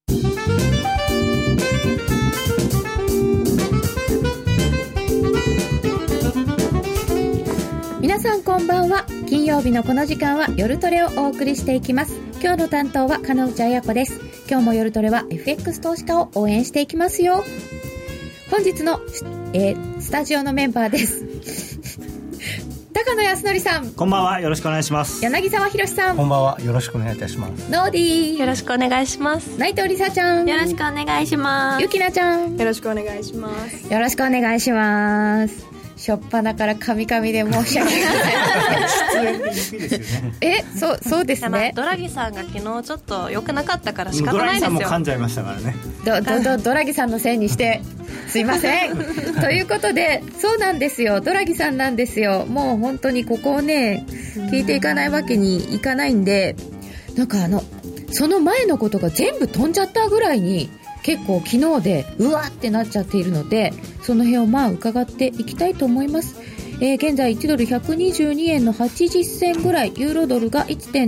皆さんこんばんは。金曜日のこの時間は夜トレをお送りしていきます。今日の担当は金内彩子です。今日も夜トレは FX 投資家を応援していきますよ。本日の、スタジオのメンバーです高野康則さん、 こんばんは、よろしくお願いします。 柳沢博さん、 こんばんは、よろしくお願いいたします。 ノーディー、 よろしくお願いします。 内藤理沙ちゃん、 よろしくお願いします。 ゆきなちゃん、 よろしくお願いします。 よろしくお願いします。しょっぱなからカミカミで申し訳ない出演ってゆきですよね。 そうですね。 ドラギさんが昨日ちょっと良くなかったから仕方ないですよ。 ドラギさんも噛んじゃいましたからね。 ドラギさんのせいにしてすいませんということで、そうなんですよ、ドラギさんなんですよ。もう本当にここをね聞いていかないわけにいかないんで、なんかその前のことが全部飛んじゃったぐらいに結構昨日でうわってなっちゃっているので、その辺を伺っていきたいと思います。現在1ドル122円の80銭ぐらい、ユーロドルが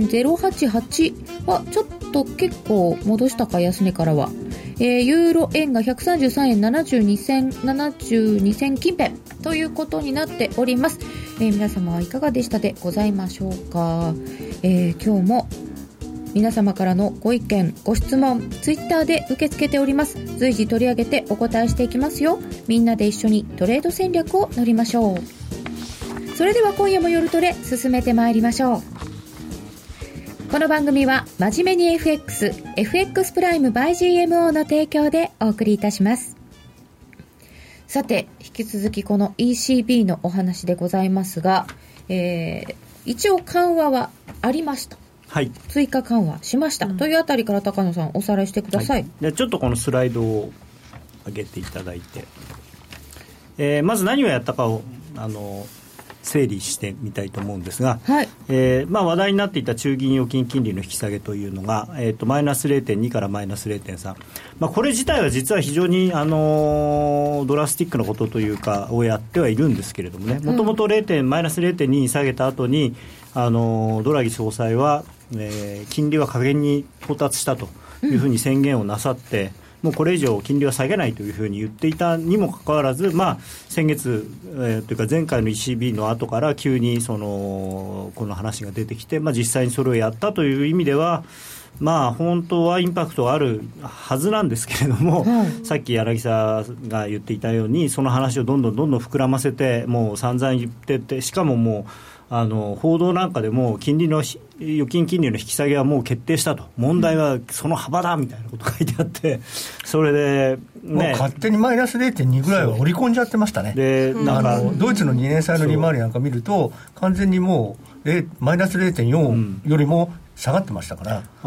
1.088 はちょっと結構戻したか、安値からは。ユーロ円が133円72銭近辺ということになっております。皆様はいかがでしたでございましょうか。今日も皆様からのご意見ご質問ツイッターで受け付けております。随時取り上げてお答えしていきますよ。みんなで一緒にトレード戦略を練りましょう。それでは今夜も夜トレ進めてまいりましょう。この番組は真面目に FX プライム by GMO の提供でお送りいたします。さて、引き続きこの ECB のお話でございますが、一応緩和はありました。はい、追加緩和しました、というあたりから高野さんおさらいしてください。 でちょっとこのスライドを上げていただいて、まず何をやったかを整理してみたいと思うんですが、はい、話題になっていた中銀預金金利の引き下げというのが、マイナス 0.2 からマイナス 0.3、これ自体は実は非常に、ドラスティックなことというかをやってはいるんですけれどもね、もともとマイナス 0.2 に下げた後にドラギ総裁は、金利は下限に到達したというふうに宣言をなさって、もうこれ以上金利は下げないというふうに言っていたにもかかわらず、先月、というか前回の ECB の後から急にこの話が出てきて、実際にそれをやったという意味では、本当はインパクトがあるはずなんですけれども、さっき柳沢が言っていたようにその話をどんどん膨らませて、もう散々言ってて、しかももう報道なんかでも預金金利の引き下げはもう決定したと、問題はその幅だみたいなこと書いてあって、それで、 もう勝手にマイナス 0.2 ぐらいは織り込んじゃってましたね。でドイツの2年債の利回りなんか見ると完全にもうマイナス 0.4 よりも下がってましたから、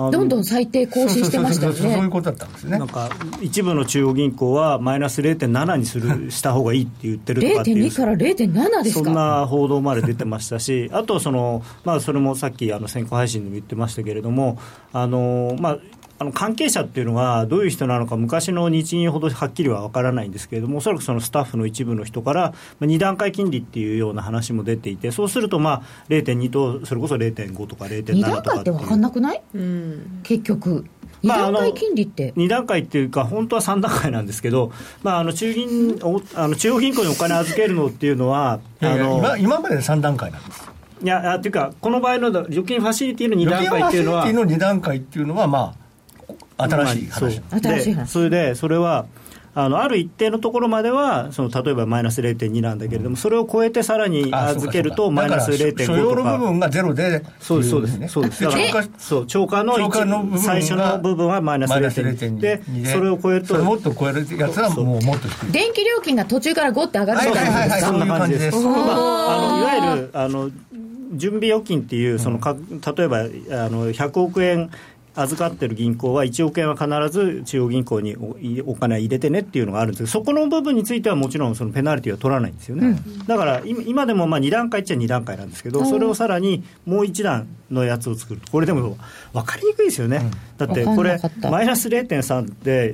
どんどん最低更新してましたよね。 そういうことだったんですね。 なんか一部の中央銀行はマイナス 0.7 にした方がいいって言ってるとかっていう 0.2 から 0.7 ですか。 そんな報道まで出てましたしあとそれもさっき先行配信でも言ってましたけれども、関係者っていうのはどういう人なのか昔の日銀ほどはっきりは分からないんですけれども、おそらくそのスタッフの一部の人から2段階金利っていうような話も出ていて、そうすると0.2 とそれこそ 0.5 とか 0.7 とか 2段階って分かんなくない？結局2段階金利って 2段階っていうか本当は3段階なんですけど、中央銀行にお金預けるのっていうのは今まで3段階なんです。 いやっていうかこの場合の預金ファシリティの2段階っていうのは、 預金ファシリティの2段階っていうのは新しい話、 それでそれはある一定のところまでは例えばマイナス 0.2 なんだけれども、それを超えてさらに預けるとマイナス 0.5 とか、 所要の部分がゼロで、 そうですね。超過の最初の部分はマイナス 0.2 で、それを超えるともっと超えるやつはもっと低い。 電気料金が途中からゴッと上がるみたいな、 そんな感じです。いわゆる準備預金っていう例えば100億円預かってる銀行は1億円は必ず中央銀行にお金を入れてねっていうのがあるんですけど、そこの部分についてはもちろんそのペナルティは取らないんですよね、だから今でも2段階っちゃ2段階なんですけど、それをさらにもう1段のやつを作ると、これでも分かりにくいですよね、だってこれマイナス 0.3 って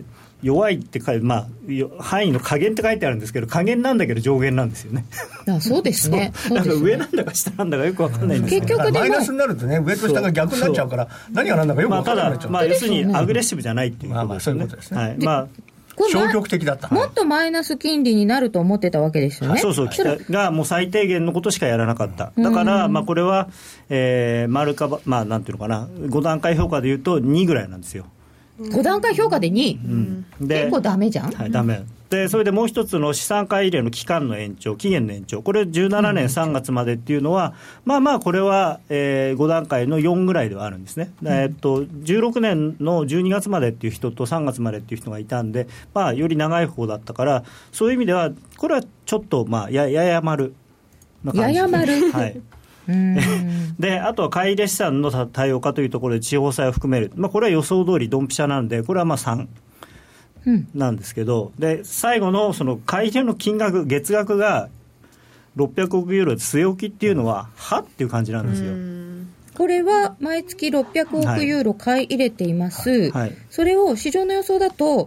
弱いって書いて、まあ、範囲の下限って書いてあるんですけど、下限なんだけど上限なんですよね。 そうですね。 だから上なんだか下なんだかよく分かんないんですけど、 結局でもマイナスになるとね、上と下が逆になっちゃうから、何が何だかよく分からない。 ただ、要するにアグレッシブじゃないっていうことですよね。 そういうことですね。 はい。まあ消極的だった。 もっとマイナス金利になると思ってたわけですよね。 そうがもう最低限のことしかやらなかった。だから、まあこれは、丸かまあなんていうのかな、5段階評価でいうと2ぐらいなんですよ。 5段階評価で2、結構ダメじゃん。 はい、ダメで、それでもう一つの資産買い入れの期間の延長、期限の延長、これ17年3月までっていうのは、まあまあこれは、5段階の4ぐらいではあるんですね。16年の12月までっていう人と3月までっていう人がいたんで、まあより長い方だったから、そういう意味ではこれはちょっとまあやや丸な感じ。 やや丸。 はい。であとは買い入れ資産の多様化というところで地方債を含める、まあ、これは予想通りドンピシャなんで、これはまあ3なんですけど、で最後のその買い入れの金額、月額が600億ユーロ据え置きっていうのは、はっていう感じなんですよ。 これは毎月600億ユーロ買い入れています、はい、それを市場の予想だと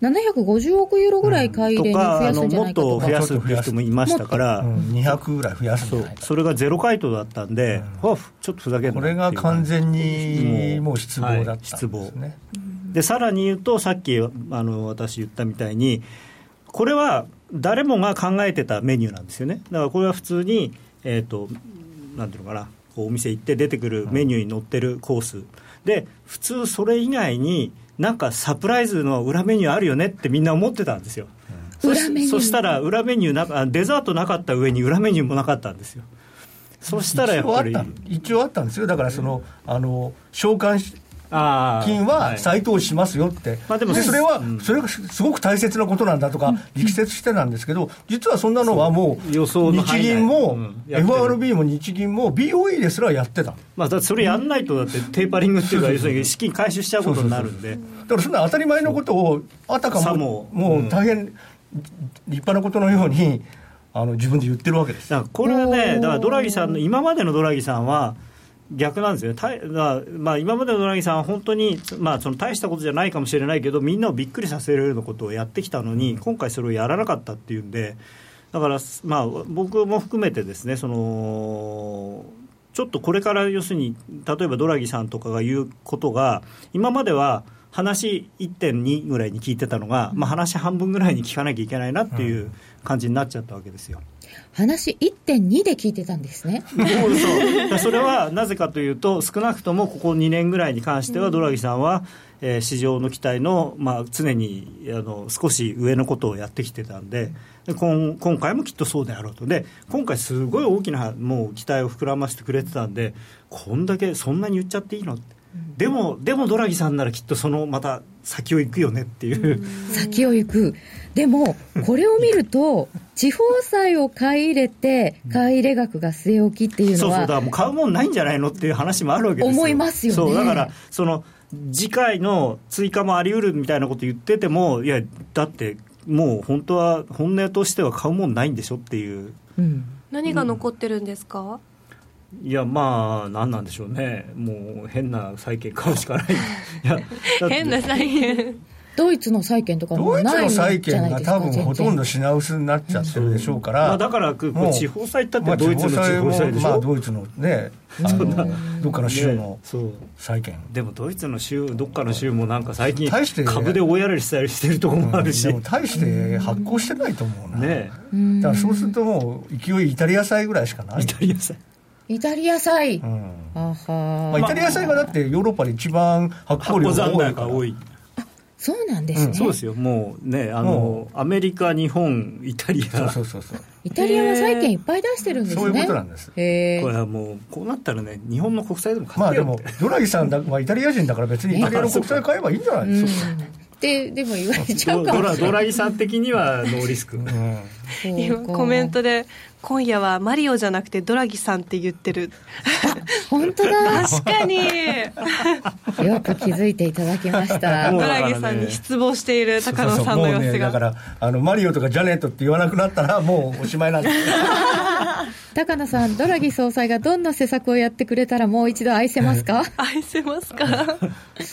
750億ユーロぐらい買い入れに増やすんじゃないかとか、 もっと増やすっていう人もいましたから、 200ぐらい増やすんじゃないか。 それがゼロ回答だったんで、ちょっとふざけんな。 これが完全にもう失望だったんですね。 失望で、さらに言うと、さっき私言ったみたいに、これは誰もが考えてたメニューなんですよね。だからこれは普通に、なんていうのかな、お店行って出てくるメニューに載ってるコースで、普通それ以外になんかサプライズの裏メニューあるよねってみんな思ってたんですよ。そしたら裏メニューデザートなかった上に裏メニューもなかったんですよ。そしたらやっぱり一応あったんですよ。だから召喚金は再投資しますよって、でそれがすごく大切なことなんだとか力説してたんですけど、実はそんなのはもう日銀も FRB も日銀も BOE ですらやってた。 だってそれやんないと、だってテーパリングっていうか、要するに資金回収しちゃうことになるんで、 だからそんな当たり前のことをあたかももう大変立派なことのように自分で言ってるわけです。 だからこれはね、だからドラギさんの今までのドラギさんは逆なんですよね。まあ、今までのドラギさんは本当に、まあ、その大したことじゃないかもしれないけど、みんなをびっくりさせるようなことをやってきたのに、今回それをやらなかったっていうんで、だから、まあ、僕も含めてですね、ちょっとこれから要するに例えばドラギさんとかが言うことが、今までは話 1.2 ぐらいに聞いてたのが、まあ、話半分ぐらいに聞かなきゃいけないなっていう感じになっちゃったわけですよ。 話 1.2 で聞いてたんですね。 そうそれはなぜかというと、少なくともここ2年ぐらいに関してはドラギさんは、市場の期待の、まあ、常に少し上のことをやってきてたんで、今回もきっとそうであろうと。で今回すごい大きなもう期待を膨らませてくれてたんで、こんだけそんなに言っちゃっていいのって、でもドラギさんならきっとまた先を行くよねっていう、 先を行く。でもこれを見ると地方債を買い入れて買い入れ額が据え置きっていうのは、 だからもう買うもんないんじゃないのっていう話もあるわけですよ。 思いますよね。 そうだから次回の追加もあり得るみたいなこと言ってても、いやだってもう本当は本音としては買うもんないんでしょっていう、 何が残ってるんですか？ いやまあ何なんでしょうね。もう変な債券買うしかない。いや変な債券、 ドイツの債券とかもないんじゃないですか。 ドイツの債券が多分ほとんど品薄になっちゃってるでしょうから、 だから地方債ってドイツの地方債でしょ。 ドイツのね、どっかの州の債券、 でもドイツの州どっかの州もなんか最近株で大やられしたりしてるところもあるし、 でも大して発行してないと思うな、ね、だからそうするともう勢いイタリア債ぐらいしかない。 イタリア債、 イタリア債がだってヨーロッパで一番発行量が多い。 そうなんですね、 そうですよ。もうね、アメリカ、日本、イタリア、 そうイタリアは債券いっぱい出してるんですね。 そういうことなんです。これはもうこうなったらね、日本の国債でも買ってよって。 でもドラギさんはイタリア人だから別にイタリアの国債買えばいいんじゃないですか。 でも言われちゃうかもしれない。 ドラギさん的にはノーリスク。 今コメントで今夜はマリオじゃなくてドラギさんって言ってる。 本当だ。 確かに。 よく気づいていただきました。 ドラギさんに失望している高野さんの様子が。 だからマリオとかジャネットって言わなくなったらもうおしまいなんです。 高野さん、ドラギ総裁がどんな施策をやってくれたらもう一度愛せますか？ 愛せますか？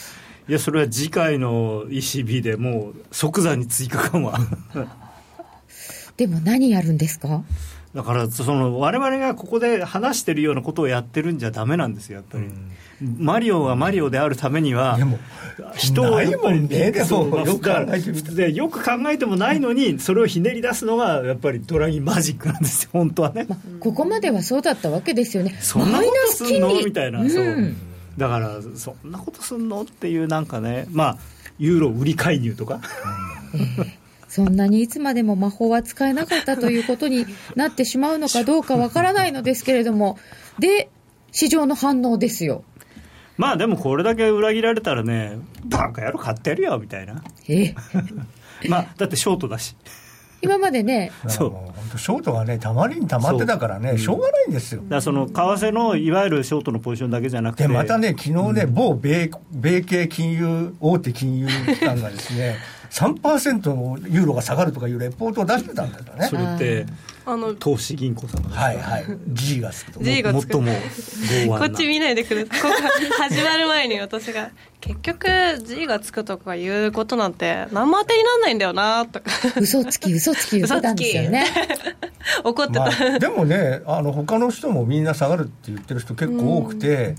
いやそれは次回の ECB でもう即座に追加緩和でも何やるんですか。 だからその我々がここで話してるようなことをやってるんじゃダメなんですよやっぱり、マリオがマリオであるためにはでも人をないもんね。でもよく考えてみたらよく考えてもないのにそれをひねり出すのがやっぱりドラギマジックなんですよ本当はね、 ここまではそうだったわけですよね。 そんなことすんのみたいな、そうだからそんなことすんのっていうなんかね、ユーロ売り介入とか、 そんなにいつまでも魔法は使えなかったということになってしまうのかどうかわからないのですけれども、で市場の反応ですよ。 でもこれだけ裏切られたらね、バカ野郎買ってやるよみたいなだってショートだし今までね、 そう本当ショートがねたまりにたまってたからね、しょうがないんですよ。 だからその為替のいわゆるショートのポジションだけじゃなくて、 でまたね昨日ね、某米系金融大手金融機関がですね3% のユーロが下がるとかいうレポートを出してたんだよね。 それって投資銀行さんですか。 はいはい G がつくと G がつく最も剛腕なこっち見ないでくれ。ここ始まる前に私が結局 G がつくとかいうことなんて何も当てにならないんだよなとか嘘つき言ってたんですよね怒ってた、 でもね他の人もみんな下がるって言ってる人結構多くて、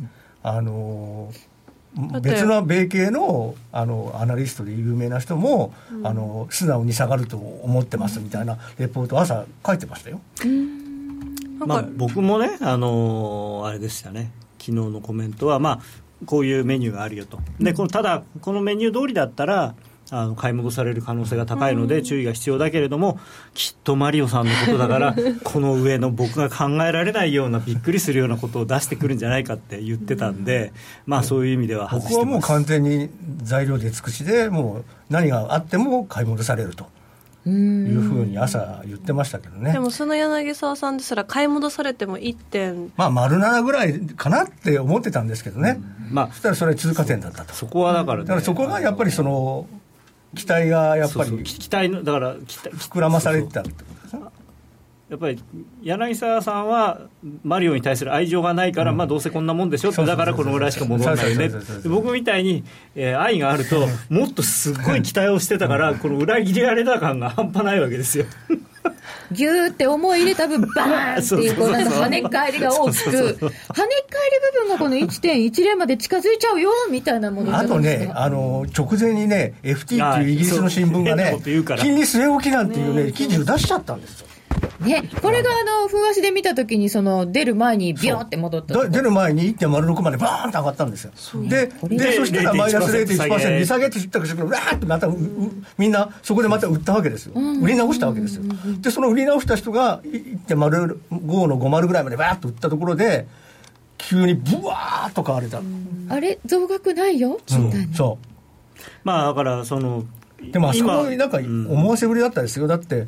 別の米系のアナリストで有名な人も、素直に下がると思ってますみたいなレポートを朝書いてましたよ。 僕もねあれでしたね、昨日のコメントはこういうメニューがあるよと。でただこのメニュー通りだったら買い戻される可能性が高いので注意が必要だけれども、きっとマリオさんのことだからこの上の僕が考えられないようなびっくりするようなことを出してくるんじゃないかって言ってたんで、そういう意味では外してます。 僕はもう完全に材料で尽くしでもう何があっても買い戻されるというふうに朝言ってましたけどね。 でもその柳沢さんですら買い戻されても1点丸7ぐらいかなって思ってたんですけどね、そしたらそれ通過点だったと。 そこはだからね、 だからそこがやっぱりその期待がやっぱり期待のだから膨らまされてたってことやっぱり柳沢さんはマリオに対する愛情がないから、どうせこんなもんでしょって、だからこのぐらいしか戻らないよね。僕みたいに、愛があるともっとすごい期待をしてたからこの裏切りられた感が半端ないわけですよギューって思い入れた分バーンっていうなんか跳ね返りが大きく、跳ね返り部分がこの 1.10 まで近づいちゃうよみたいなもの。 あとね直前にね FT っていうイギリスの新聞がね金利据え置きなんていうね記事を出しちゃったんですよね、これがふん足で見たときに出る前にビョーって戻った出る前に 1.06 までバーンと上がったんですよ。でそしたらマイナス 0.1% 利下げって言ったけどわーってまたみんなそこでまた売ったわけですよ、売り直したわけですよ。でその売り直した人が 1.05 の50ぐらいまでバーッと売ったところで急にブワーッと買われた、 あれ増額ないよみたいな。 そうだからでもあそこなんか思わせぶりだったですよ。だって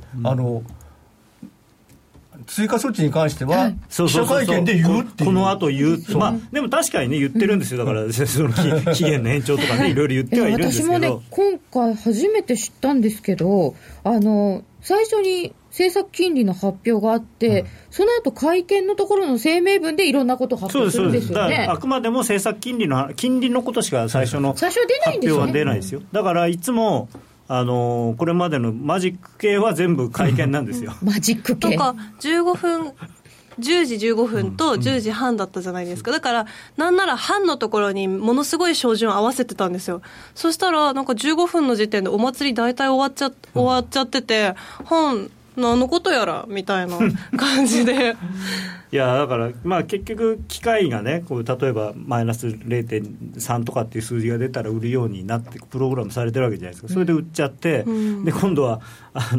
追加措置に関しては記者会見で言うっていう、 この後言う、でも確かにね言ってるんですよ。だからその期限の延長とかねいろいろ言ってはいるんですけど、 私もね今回初めて知ったんですけど最初に政策金利の発表があって、その後会見のところの声明文でいろんなことを発表するんですよね。 だからあくまでも政策金利のことしか最初の発表は出ないですよ。だからいつもこれまでのマジック系は全部会見なんですよマジック系とか15分10時15分と10時半だったじゃないですか。だからなんなら半のところにものすごい照準を合わせてたんですよ。そしたらなんか15分の時点でお祭り大体終わっちゃってて、半何のことやらみたいな感じでいやだから結局機械がね例えばマイナス 0.3 とかっていう数字が出たら売るようになってプログラムされてるわけじゃないですか。それで売っちゃって、で今度は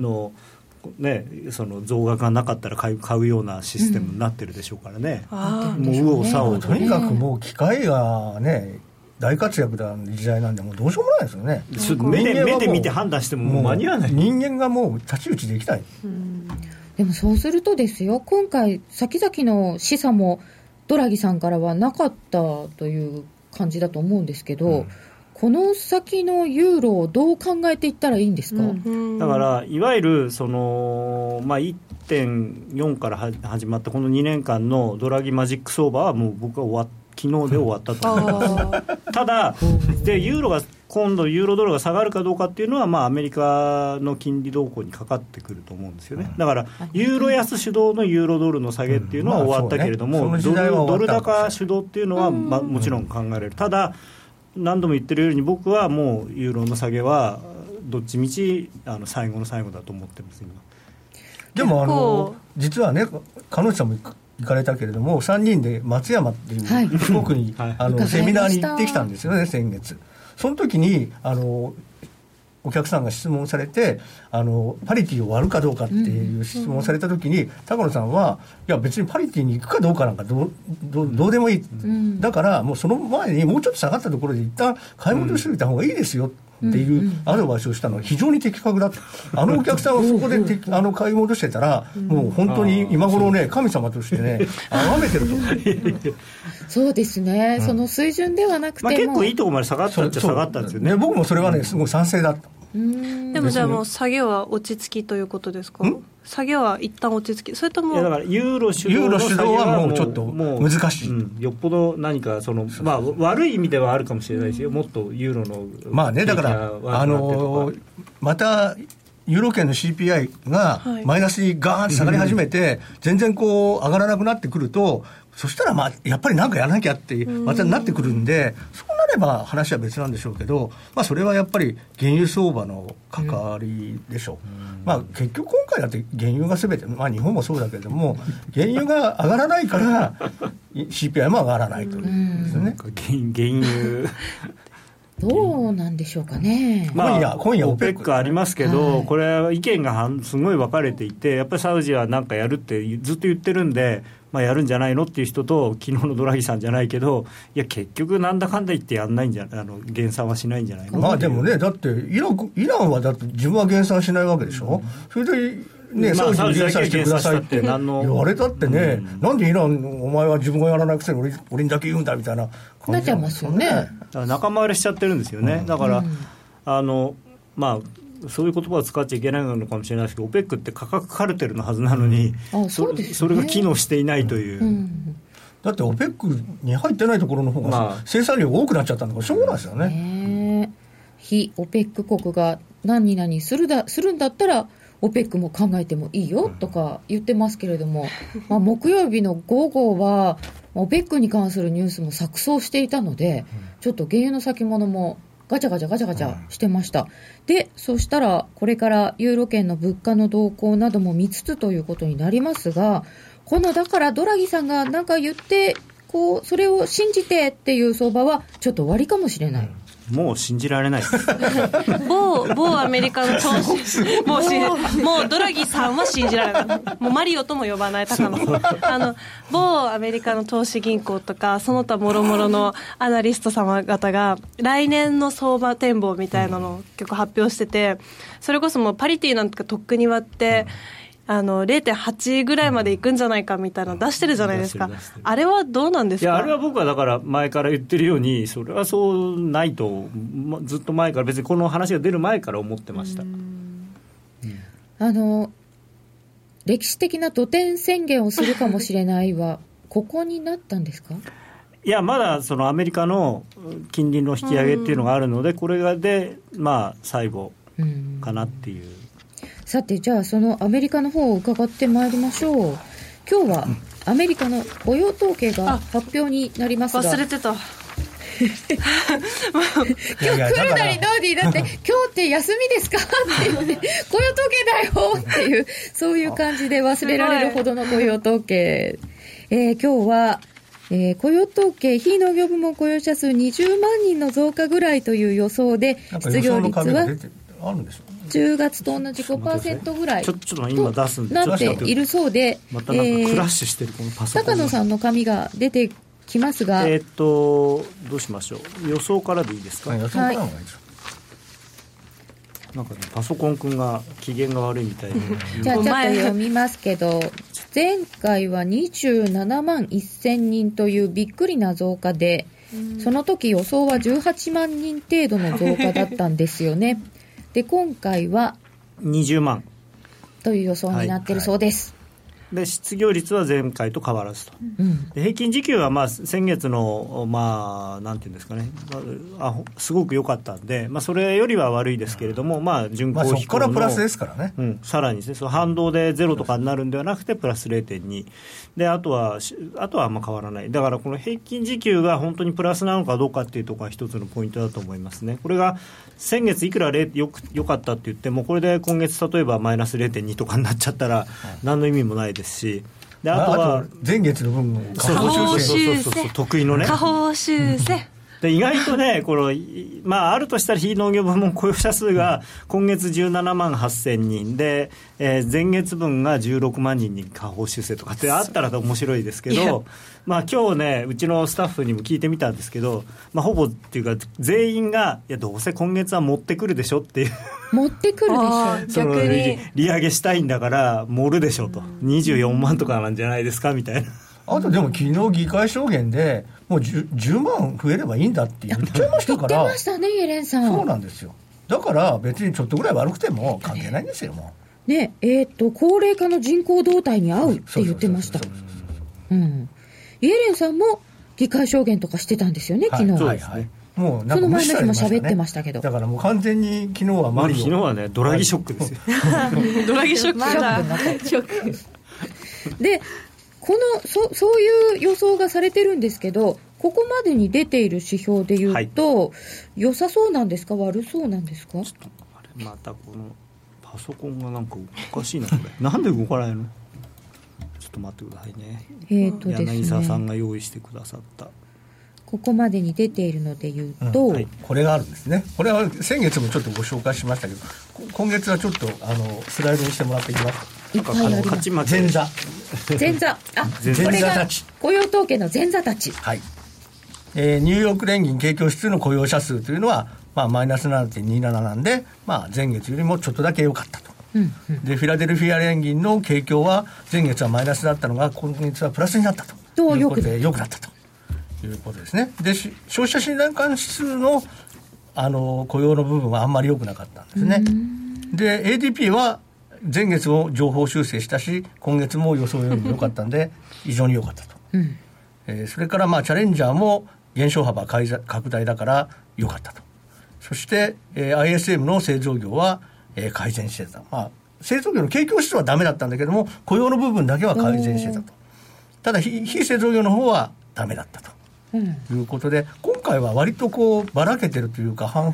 その増額がなかったら買うようなシステムになってるでしょうからね、もう右往左往とにかくもう機械がね大活躍な時代なんでもうどうしようもないですよね。 目で見て判断しても間に合わない。 人間がもう太刀打ちできない。 でもそうするとですよ、今回先々の示唆もドラギさんからはなかったという感じだと思うんですけど、この先のユーロをどう考えていったらいいんですか。 だからいわゆる1.4 から始まったこの2年間のドラギマジック相場はもう僕は終わっ昨日で終わったと思いますただで今度ユーロドルが下がるかどうかっていうのは、アメリカの金利動向にかかってくると思うんですよね。だからユーロ安主導のユーロドルの下げっていうのは終わったけれども、ドル高主導っていうのは、もちろん考えられる。ただ何度も言ってるように僕はもうユーロの下げはどっちみち最後の最後だと思ってます今。 でも実はね、彼女さんも行かれたけれども、3人で松山っていう四国に、セミナーに行ってきたんですよね、先月。その時にお客さんが質問されてパリティを割るかどうかっていう質問をされた時に、高野さんはいや別にパリティに行くかどうかなんかどうでもいい、だからもうその前にもうちょっと下がったところで一旦買い戻しておいた方がいいですよっていうアドバイスをしたのは非常に的確だと。お客さんはそこで買い戻してたらもう本当に今頃ね、神様としてね崇めてるとそうですね、その水準ではなくても、 結構いいところまで下がったっちゃ下がったんですよね。 僕もそれはねすごい賛成だった。 でもじゃあもう下げは落ち着きということですか？下げは一旦落ち着き、それともだからユーロ主導の下げはもうちょっと難しい、 よっぽど何か悪い意味ではあるかもしれないですよ、もっとユーロのだからまたユーロ圏の CPI がマイナスにガーンと下がり始めて、全然上がらなくなってくると、そしたらやっぱり何かやらなきゃってまたなってくるんで、そうなれば話は別なんでしょうけど、それはやっぱり原油相場の関わりでしょう。結局今回だって原油が全て、日本もそうだけれども、原油が上がらないから CPI も上がらないというですね。 原油どうなんでしょうかね。 今夜 OPEC ありますけど、これは意見がすごい分かれていて、やっぱりサウジは何かやるってずっと言ってるんで、やるんじゃないのっていう人と、昨日のドラギさんじゃないけど、いや結局なんだかんだ言ってやんないんじゃ減産はしないんじゃないの。 でもね、だってイランはだって自分は減産しないわけでしょ、それでサウジに減産してくださいって言われたってね、なんでイランお前は自分がやらないくせに俺にだけ言うんだみたいななっちゃいますよね。 仲間割れしちゃってるんですよね。だからそういう言葉を使っちゃいけないのかもしれないですけど、OPEC って価格カルテルのはずなのに、それが機能していないという、 だって OPEC に入ってないところの方が生産量が多くなっちゃったのがしょうがないですよね。 非 OPEC 国が何々するんだったらOPEC も考えてもいいよとか言ってますけれども、木曜日の午後はOPEC に関するニュースも錯綜していたので、ちょっと原油の先物もガチャガチャしてました。で、そしたらこれからユーロ圏の物価の動向なども見つつということになりますが、だからドラギさんが何か言ってそれを信じてっていう相場はちょっと終わりかもしれない。 もう信じられないです某アメリカの投資もうドラギさんは信じられない。もうマリオとも呼ばない高野さん某アメリカの投資銀行とかその他もろもろのアナリスト様方が来年の相場展望みたいなのを結構発表してて、それこそもうパリティなんかとっくに割って0.8 ぐらいまでいくんじゃないかみたいなの出してるじゃないですか。あれはどうなんですか？ いや、あれは僕はだから前から言ってるように、それはそうないとずっと前から、別にこの話が出る前から思ってました。 歴史的な土点宣言をするかもしれないはここになったんですか？ いや、まだアメリカの金利の引き上げっていうのがあるので、これで最後かなっていう。 さて、じゃあそのアメリカの方を伺ってまいりましょう。今日はアメリカの雇用統計が発表になりますが、 忘れてた今日来るなりノーディーだって今日って休みですかっていうね、雇用統計だよっていう、そういう感じで忘れられるほどの雇用統計。今日は雇用統計、非農業部門雇用者数20万人の増加ぐらいという予想で、失業率は10月と同じ 5% ぐらいとなっているそうで、 またなんかクラッシュしてるこのパソコン、 高野さんの紙が出てきますが、 どうしましょう。予想からでいいですか？ 予想からの方がいいですか？ なんかね、パソコン君が機嫌が悪いみたいでじゃあちょっと読みますけど、前回は27万1000人というびっくりな増加で、その時予想は18万人程度の増加だったんですよね。で、今回は 20万という予想になっているそうです。 で失業率は前回と変わらずと、で平均時給はまあ先月の、まあ、なんていうんですかね、すごく良かったんで、まあ、それよりは悪いですけれども、まあ、巡航飛行の、 そこからプラスですからね、 さらにですね、その反動でゼロとかになるんではなくてプラス 0.2 で、あとはあんま変わらない。だからこの平均時給が本当にプラスなのかどうかっていうところが一つのポイントだと思いますね。これが先月いくら良かったって言っても、これで今月例えばマイナス 0.2 とかになっちゃったら何の意味もないですし、であとは前月の分の下方修正、 得意のね下方修正で意外とねこの、まあ、あるとしたら非農業部門雇用者数が今月17万8000人で、前月分が16万人に下方修正とかってあったら面白いですけど、まあ、今日ねうちのスタッフにも聞いてみたんですけど、まあ、ほぼっていうか全員がいやどうせ今月は持ってくるでしょっていう持ってくるでしょ、 逆に利上げしたいんだから盛るでしょと、24万とかなんじゃないですかみたいな。 あとでも昨日議会証言でもう 10万増えればいいんだって言っちゃいましたから。 言ってましたね、イエレンさん。 そうなんですよ。だから別にちょっとぐらい悪くても関係ないんですよもうね。高齢化の人口動態に合うって言ってました。イエレンさんも議会証言とかしてたんですよね、昨日。 はいはい、もうなんかその前の日も喋ってましたけど、 だからもう完全に昨日はマリオ、 昨日はねドラギショックですよドラギショックだでそういう予想がされてるんですけど、ここまでに出ている指標でいうと、良さそうなんですか悪そうなんですか。 ちょっとあれまたこのパソコンがなんかおかしいなこれなんで動かないの。ちょっと待ってくださいね。 ですね、 柳沢さんが用意してくださったここまでに出ているのでいうと、 これがあるんですね。これは先月もちょっとご紹介しましたけど、今月はちょっとスライドにしてもらっていきます。 いっぱいあります。 前座これが雇用統計の前座たち、 はい。ニューヨーク連銀景況指数の雇用者数というのは、まあ、マイナス 7.27 なんで、まあ、前月よりもちょっとだけ良かったと、でフィラデルフィア連銀の景況は前月はマイナスだったのが今月はプラスになったということで良くなったということですね。で消費者信頼感指数の、雇用の部分はあんまり良くなかったんですね。で ADP は前月を上方修正したし今月も予想よりも良かったんで非常に良かったと、それからまあチャレンジャーも減少幅拡大だから良かったと。そして、ISM の製造業は、改善してた、まあ、製造業の景況指数はダメだったんだけども雇用の部分だけは改善してたと。ただ非製造業の方はダメだったと、いうことで今回は割とこうばらけてるというか半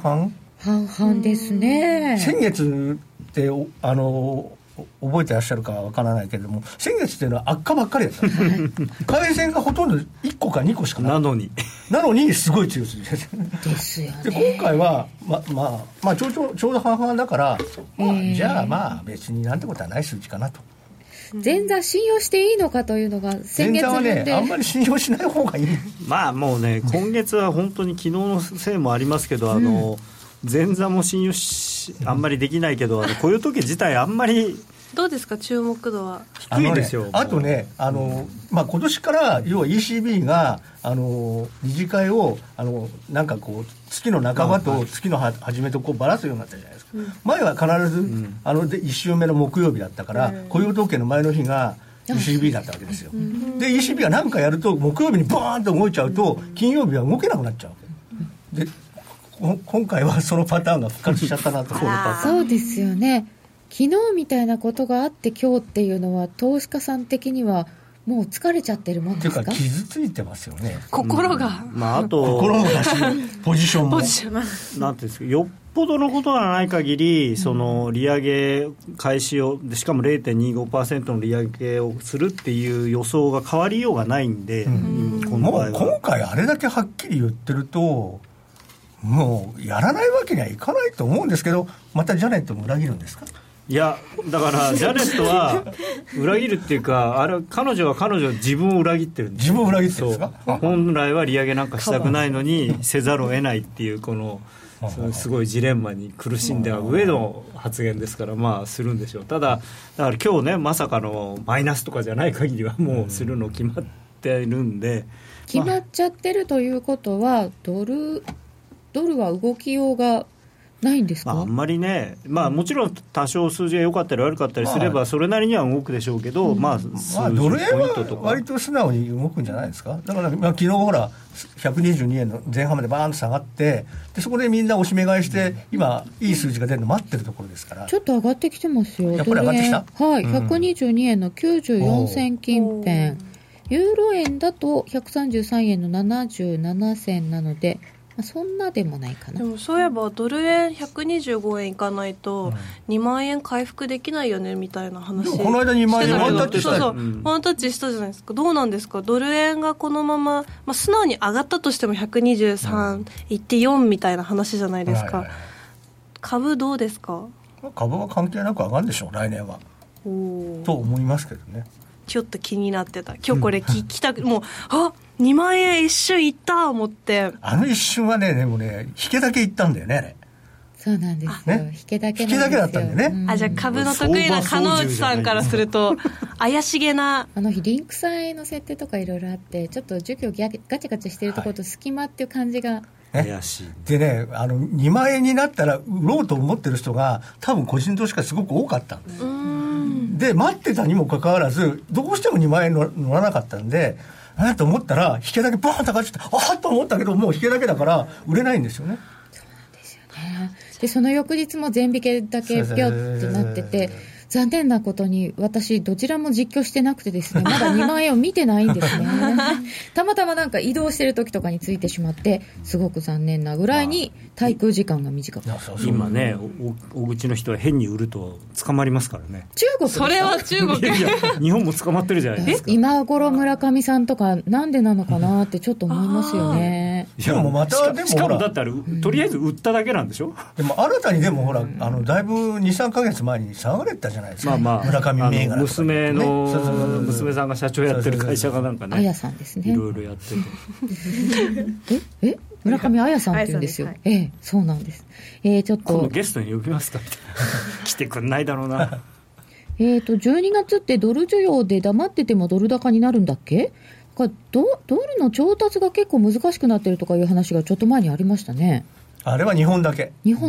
々 ですね。 先月って覚えてらっしゃるかは分からないけれども先月っていうのは悪化ばっかりだった改善がほとんど1個か2個しかないなのにすごい強いですよね。 で今回はまあちょうど半々だから、じゃあまあ別になんてことはない数値かなと。 前座信用していいのかというのが先月分で前座はねあんまり信用しない方がいいまあもうね今月は本当に昨日のせいもありますけど前座も信用あんまりできないけど雇用統計自体あんまりどうですか注目度は低いですよ。 あとねまあ、今年から要は ECB が理事会をなんかこう月の半ばと月の初めとこうばらすようになったじゃないですか、前は必ず、で1週目の木曜日だったから、雇用統計の前の日が ECB だったわけですよ、で ECB が何かやると木曜日にバーンと動いちゃうと金曜日は動けなくなっちゃうわけで今回はそのパターンが復活しちゃったなとそうですよね。昨日みたいなことがあって今日っていうのは投資家さん的にはもう疲れちゃってるもんですか。 というか傷ついてますよね心が、 あと心もだしポジションもなんていうんですか、よっぽどのことがない限りその利上げ開始をしかも 0.25% の利上げをするっていう予想が変わりようがないんで、 もう今回あれだけはっきり言ってるともうやらないわけにはいかないと思うんですけど、またジャネットも裏切るんですか。 いやだからジャネットは裏切るっていうか彼女は自分を裏切ってるんです。 自分を裏切ってるんですか。 本来は利上げなんかしたくないのにせざるを得ないっていうこのすごいジレンマに苦しんだ上の発言ですから、まあするんでしょう。だから今日ねまさかのマイナスとかじゃない限りはもうするの決まってるんで、 決まっちゃってるということはドルは動きようがないんですか？ あんまりね、もちろん多少数字が良かったり悪かったりすればそれなりには動くでしょうけど、 ドル円は割と素直に動くんじゃないですか。だから、昨日ほら122円の前半までバーンと下がって、でそこでみんな押し目買いして今いい数字が出るの待ってるところですから。 ちょっと上がってきてますよ。 やっぱり上がってきた。 はい、122円の94銭近辺、ユーロ円だと133円の77銭なので、そんなでもないかな。 でもそういえばドル円125円いかないと2万円回復できないよねみたいな話。 でもこの間2万円ワンタッチした。 ワンタッチしたじゃないですか。どうなんですか、ドル円がこのまま、素直に上がったとしても123いって4みたいな話じゃないですか、株どうですか？ 株は関係なく上がるでしょう来年はと思いますけどね。 ちょっと気になってた今日これ聞きたく、もう2万円一瞬いった思って。 あの一瞬はね、でもね引けだけいったんだよねあれ。 そうなんですよ、引けだけなんですよ。 引けだけだったんだよね、 じゃあ株の得意な鹿内さんからすると怪しげなあの日リンク債の設定とかいろいろあってちょっと需給ガチャガチャしてるところと隙間っていう感じが、 怪しい。 でね、2万円になったら売ろうと思ってる人が多分個人投資家すごく多かったんです。で待ってたにもかかわらずどうしても2万円乗らなかったんで、と思ったら引けだけバーンと上がっちゃって、と思ったけどもう引けだけだから売れないんですよね。 そうなんですよね。でその翌日も全引けだけピョってなってて、残念なことに私どちらも実況してなくてですね、まだ2万円を見てないんですねたまたまなんか移動してる時とかについてしまってすごく残念なぐらいに滞空時間が短かった。 今ね、大口の人は変に売ると捕まりますからね。 中国ですか？ それは中国いや日本も捕まってるじゃないですか。 今頃村上さんとかなんでなのかなってちょっと思いますよね。 でもまたでもしかもだったらとりあえず売っただけなんでしょ。 でも新たにでもほらだいぶ 2,3 ヶ月前に下がれたじゃないですか、村上銘柄、 娘さんが社長やってる会社がなんかね、 綾さんですね、 いろいろやってて村上綾さんって言うんですよ。そうなんです。ちょっと今度ゲストに呼びますか来てくんないだろうな 12月ってドル需要で黙っててもドル高になるんだっけ？ドルの調達が結構難しくなってるとかいう話がちょっと前にありましたね。 あれは日本だけ、 シ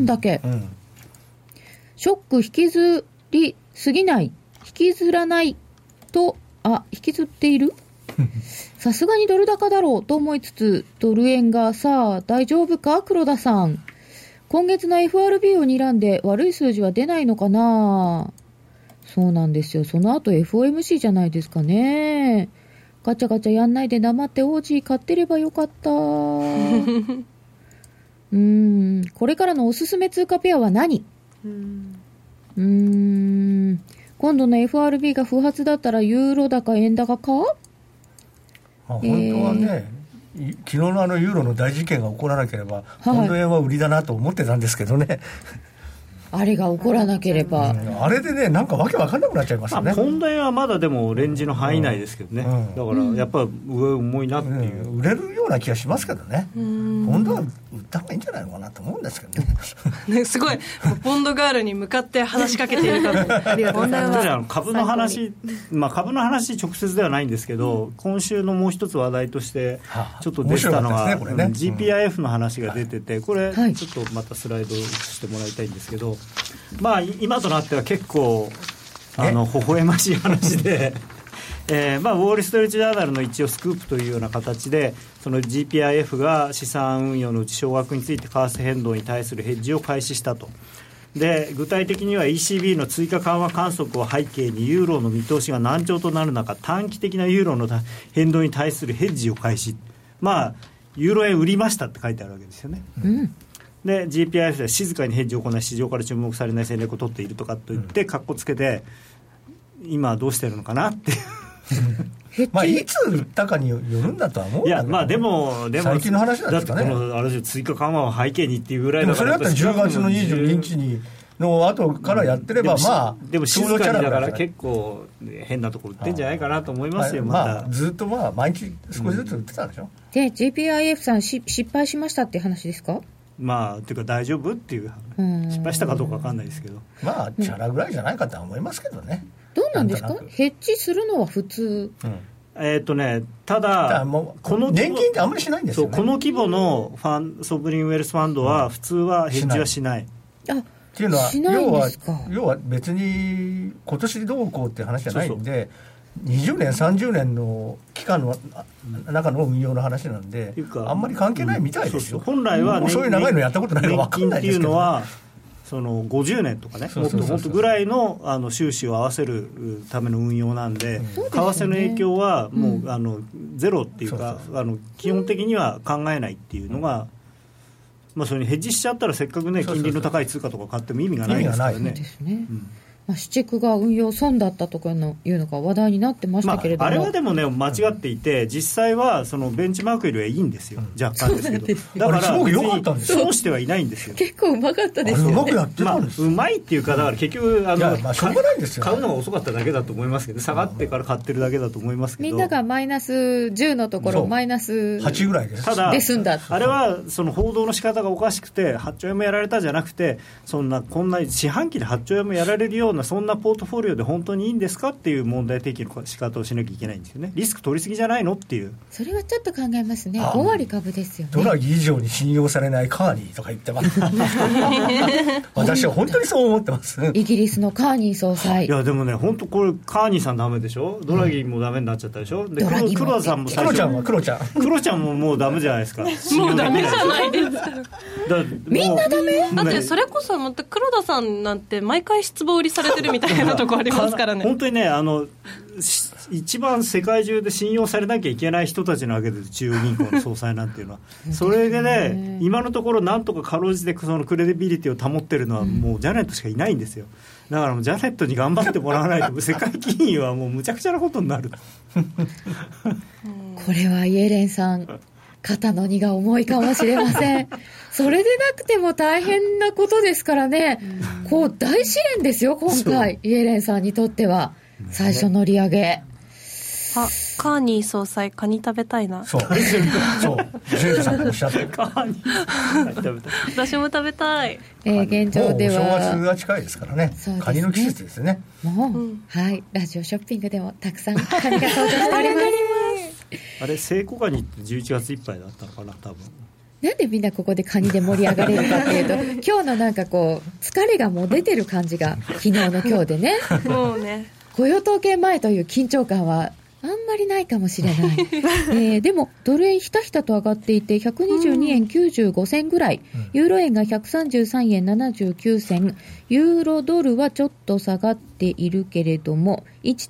ョック引きずりすぎない、引きずらないと引きずっているさすがにドル高だろうと思いつつドル円がさあ大丈夫か黒田さん、今月の FRB を睨んで悪い数字は出ないのかな。そうなんですよ、その後 FOMC じゃないですかね。ガチャガチャやんないで黙ってオージー買ってればよかったこれからのおすすめ通貨ペアは何？今度の FRB が不発だったらユーロ高円高か？ 本当はね、昨日のユーロの大事件が起こらなければ、ポンド円は売りだなと思ってたんですけどねあれが起こらなければ、 あれでねなんかわけわかんなくなっちゃいますよね。 ポンド円はまだでもレンジの範囲内ですけどね、だからやっぱ上重いなっていう、 売れるような気がしますけどね。ポンドは売った方がいいんじゃないのかなと思うんですけどねすごいポンドガールに向かって話しかけているからありがとうございます。 株の話、株の話直接ではないんですけど、今週のもう一つ話題としてちょっと出てたのが、GPIF の話が出てて、これちょっとまたスライドしてもらいたいんですけど、今となっては結構微笑ましい話でウォール・ストリート・ジャーナルの一応スクープというような形で、その GPIF が資産運用のうち少額について為替変動に対するヘッジを開始したと。で具体的には ECB の追加緩和観測を背景にユーロの見通しが難聴となる中、短期的なユーロの変動に対するヘッジを開始、ユーロ円売りましたって書いてあるわけですよね、で GPIF では静かにヘッジを行い市場から注目されない戦略を取っているとかと言ってカッコつけて、今はどうしてるのかなっていつ売ったかによるんだとは思うんだけど、 でも最近の話なんですかね。 だってこのあれ追加緩和を背景にっていうぐらいだから、 でもそれだったら10月の22日の後からやってればでも静かにだから結構変なところ売ってんじゃないかなと思いますよ。 ずっと毎日少しずつ売ってたんでしょ、 で GPIF さん失敗しましたっていう話ですか？ っていうか大丈夫っていう、失敗したかどうか分かんないですけど、 チャラぐらいじゃないかとは思いますけどね。 どうなんですか？ヘッジするのは普通、 ただこの年金ってあんまりしないんですよね。 この規模のソブリンウェルスファンドは普通はヘッジはしない。 っていうのは要は別に今年どうこうって話じゃないんで、20年30年の期間の中の運用の話なんで、あんまり関係ないみたいですよ。 本来はそういう長いのやったことないから分かんないですけど、 年金っていうのはその50年とかね、もっとぐらいの収支を合わせるための運用なんで、為替の影響はもうゼロっていうか、基本的には考えないっていうのが、それにヘッジしちゃったらせっかくね、金利の高い通貨とか買っても意味がないですからね。 支畜が運用損だったとかいうのが話題になってましたけれども、 あれはでもね間違っていて、実際はそのベンチマークよりはいいんですよ、若干ですけど、だから別に損してはいないんですよ。 結構うまかったですよね。 うまくやってたんです、 うまいっていうか、だから結局しょうがないですよ、 買うのが遅かっただけだと思いますけど、下がってから買ってるだけだと思いますけど、 みんながマイナス10のところマイナス 8ぐらいです。 ただで済んだ。 あれはその報道の仕方がおかしくて8兆円もやられたじゃなくて、こんな四半期で8兆円もやられるようなそんなポートフォリオで本当にいいんですかっていう問題提起の仕方をしなきゃいけないんですよね。リスク取りすぎじゃないのっていう。 それはちょっと考えますね。5割株ですよね。 ドラギ以上に信用されないカーニーとか言ってます私は本当にそう思ってます。 イギリスのカーニー総裁。 いやでもね、本当これカーニーさんダメでしょ、ドラギもダメになっちゃったでしょ、で黒田さんも最初、 クロちゃんももうダメじゃないですか。 もうダメじゃないですかみんなダメだってそれこそまた黒田さんなんて毎回失望売りされてるみたいなとこありますからね。 本当にね、一番世界中で信用されなきゃいけない人たちなわけです、中央銀行の総裁なんていうのはそれでね、今のところなんとかかろうじてそのクレディビリティを保ってるのはもうジャネットしかいないんですよ。だからもうジャネットに頑張ってもらわないと世界金融はもうむちゃくちゃなことになるこれはイエレンさん肩の荷が重いかもしれませんそれでなくても大変なことですからね。こう大試練ですよ今回、イエレンさんにとっては最初の利上げ。 カーニー総裁カニ食べたいな。 そうジェイさんおっしゃってカーニー食べたい私も食べたい。 現状ではもうお正月が近いですからね、カニの季節ですね。 もう、はい、ラジオショッピングでもたくさんカニが登場しておりますあれ聖子ガニって11月いっぱいだったのかな多分。 なんでみんなここでカニで盛り上がれるかっていうと今日のなんかこう疲れがもう出てる感じが昨日の今日でねもうね雇用統計前という緊張感はあんまりないかもしれない、でもドル円ひたひたと上がっていて122円95銭ぐらい、ユーロ円が133円79銭、ユーロドルはちょっと下がっているけれども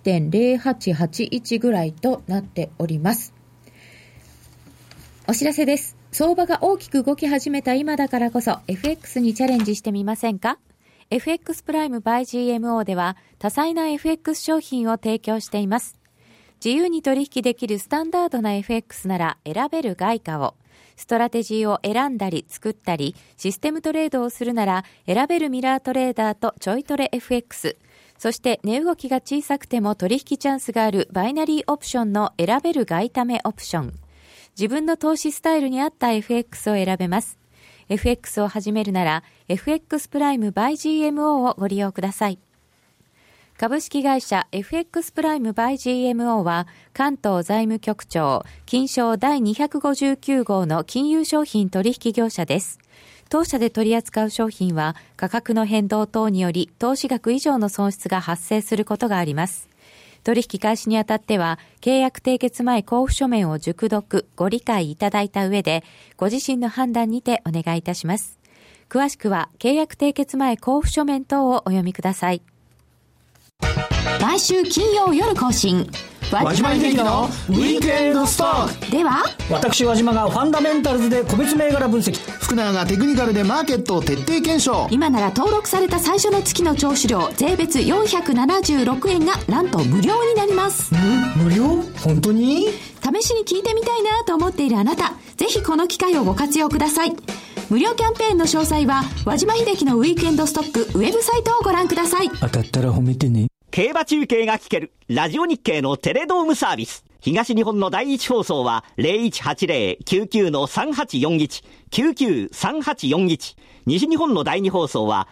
1.0881 ぐらいとなっております。お知らせです。相場が大きく動き始めた今だからこそ FX にチャレンジしてみませんか。 FX プライム by GMO では多彩な FX 商品を提供しています。自由に取引できるスタンダードな FX なら選べる外貨を、ストラテジーを選んだり作ったりシステムトレードをするなら選べるミラートレーダーとちょいトレ FX、 そして値動きが小さくても取引チャンスがあるバイナリーオプションの選べる外為オプション。自分の投資スタイルに合った FX を選べます。 FX を始めるなら FX プライム by GMO をご利用ください。株式会社 FX プライム by GMO は関東財務局長金商第259号の金融商品取引業者です。当社で取り扱う商品は価格の変動等により投資額以上の損失が発生することがあります。取引開始にあたっては契約締結前交付書面を熟読ご理解いただいた上でご自身の判断にてお願いいたします。詳しくは契約締結前交付書面等をお読みください。 毎週金曜夜更新和島秀樹のウィークエンドストックでは、 私和島がファンダメンタルズで個別銘柄分析、 福永がテクニカルでマーケットを徹底検証。 今なら登録された最初の月の聴取料税別476円がなんと無料になります。 無料？本当に？ 試しに聞いてみたいなと思っているあなた、ぜひこの機会をご活用ください。無料キャンペーンの詳細は和島秀樹のウィークエンドストックウェブサイトをご覧ください。 当たったら褒めてね。 競馬中継が聞けるラジオ日経のテレドームサービス。東日本の第一放送は 0180-99-3841 99-3841。西日本の第二放送は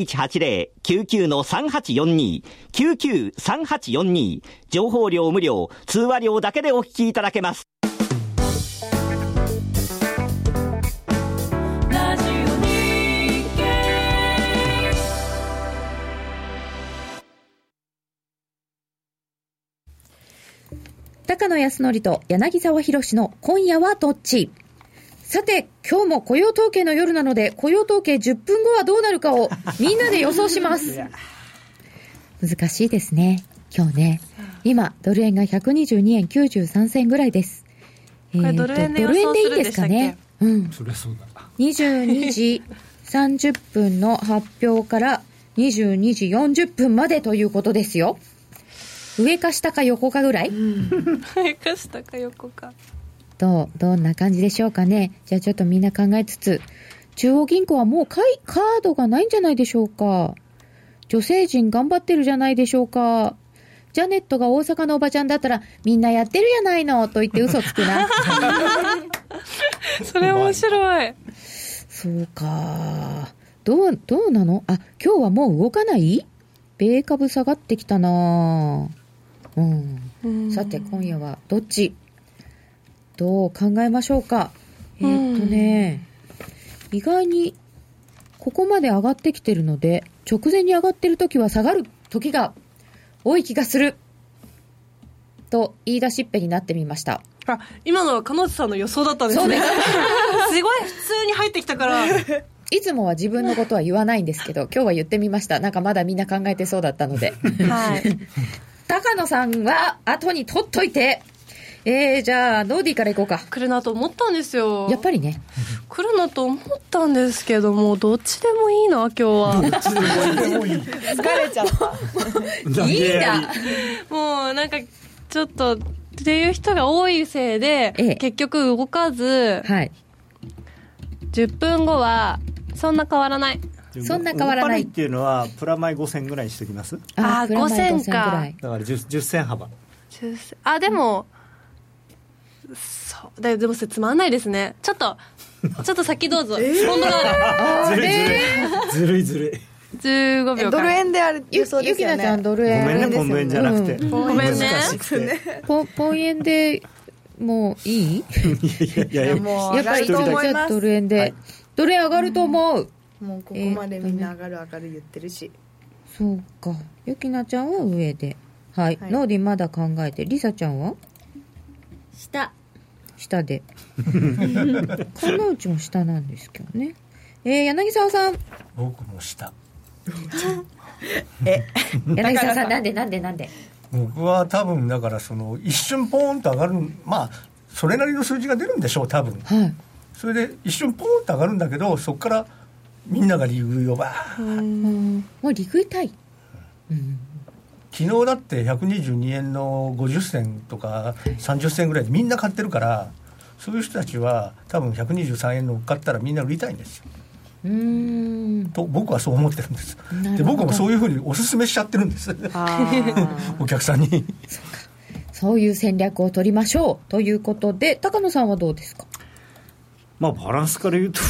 0180-99-3842 99-3842。情報量無料、通話料だけでお聞きいただけます。 ラジオ日経高野康則と柳沢博の今夜はどっち。さて今日も雇用統計の夜なので、雇用統計10分後はどうなるかをみんなで予想します難しいですね今日ね。今ドル円が122円93銭ぐらいです。 これドル円で予想するんでしたっけ？ うん、それそうだ。 22時30分の発表から22時40分までということですよ。上か下か横かぐらい、 上か下か横か。 どんな感じでしょうかね。じゃあちょっとみんな考えつつ、中央銀行はもうカードがないんじゃないでしょうか。女性陣頑張ってるじゃないでしょうか。ジャネットが大阪のおばちゃんだったらみんなやってるやないのと言って嘘つくなそれ面白い。 そうか。どうなの。あ、今日はもう動かない。米株下がってきたな。さて今夜はどっち、どう考えましょうか。意外にここまで上がってきてるので、直前に上がってる時は下がる時が多い気がすると言い出しっぺになってみました。 あ、今のは彼女さんの予想だったんですね。すごい普通に入ってきたからいつもは自分のことは言わないんですけど、今日は言ってみました。なんかまだみんな考えてそうだったのではい高野さんは後に取っといて、じゃあノーディーからいこうか。 来るなと思ったんですよ。 やっぱりね、 来るなと思ったんですけども、どっちでもいいな今日は。 どっちでもいい疲れちゃったいいな。 もうなんかちょっとっていう人が多いせいで、結局動かず、 はい、 10分後はそんな変わらない。 そんな変わらない。 っていうのはプラマイ5銭ぐらいにしておきます。 あ、5銭か。 だから 10銭幅。 あ、でもそうでもそれつまんないですね。ちょっと先どうぞ。今度がずるい 15秒間。 ドル円である予想ですよね。 ゆきなちゃんドル円。 ごめんね、ポンド円じゃなくて、 ごめんね。 ポン円でもういい？ いやもうやっぱりドル円で、はい、ドル円上がると思う。 もうここまでみんな上がる言ってるし。 そうか。ゆきなちゃんは上で、はい、ノーディまだ考えて、りさちゃんは下で金内も下なんですけどね。柳沢さん。 僕も下。 柳沢さんなんで僕は多分だからその一瞬ポーンと上がる、まあそれなりの数字が出るんでしょう多分、はい、それで一瞬ポーンと上がるんだけど、そこからみんなが利食いをもう利食いたい、 昨日だって122円の50銭とか30銭ぐらいでみんな買ってるから、そういう人たちは多分123円の買ったらみんな売りたいんですよ。と僕はそう思ってるんです。で僕もそういうふうにおすすめしちゃってるんですお客さんにそういう戦略を取りましょうということで、高野さんはどうですか。 まあバランスから言うと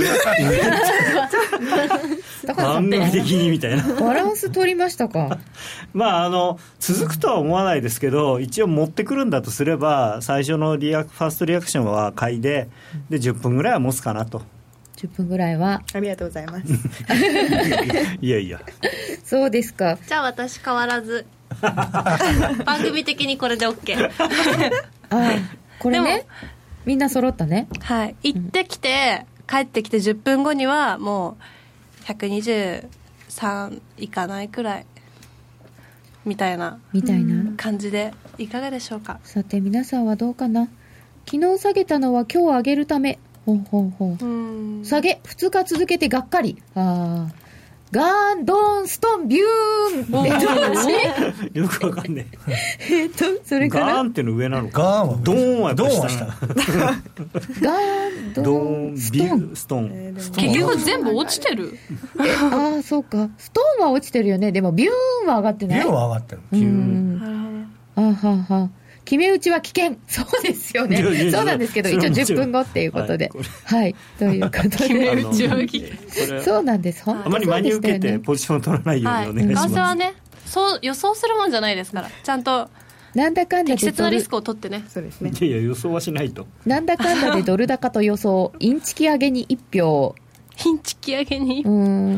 番組的にみたいなバランス取りましたかまあ続くとは思わないですけど、一応持ってくるんだとすれば最初のファーストリアクションは買いで10分ぐらいは持つかなと。 10分ぐらいはありがとうございますいやそうですか。 じゃあ私変わらず番組的にこれで OK これね、みんな揃ったね。 はい、行ってきて、帰ってきて10分後にはもう123いかないくらいみたいな感じでいかがでしょうか。 さて皆さんはどうかな。昨日下げたのは今日上げるため、下げ2日続けてがっかり。ガーンドーンストンビューンってよくわかんねえそれからガーンっての上なのか。 ガーンはドーンはやっぱ下ガーンドーンストン結局全部落ちてるそうか。ストーンは落ちてるよね。でもビューンは上がってない。 ビューンは上がってる。 決め打ちは危険。そうですよね。そうなんですけど、一応10分後っていうことで、はい、ということで決め打ちは危険。 そうなんです。 あまり真に受けてポジションを取らないようにお願いします。 為替はね、そう予想するもんじゃないですから、ちゃんとなんだかんだで適切なリスクを取ってね。 そうですね。 いや予想はしないと。 なんだかんだでドル高と予想、インチキ上げに1票。 インチキ上げに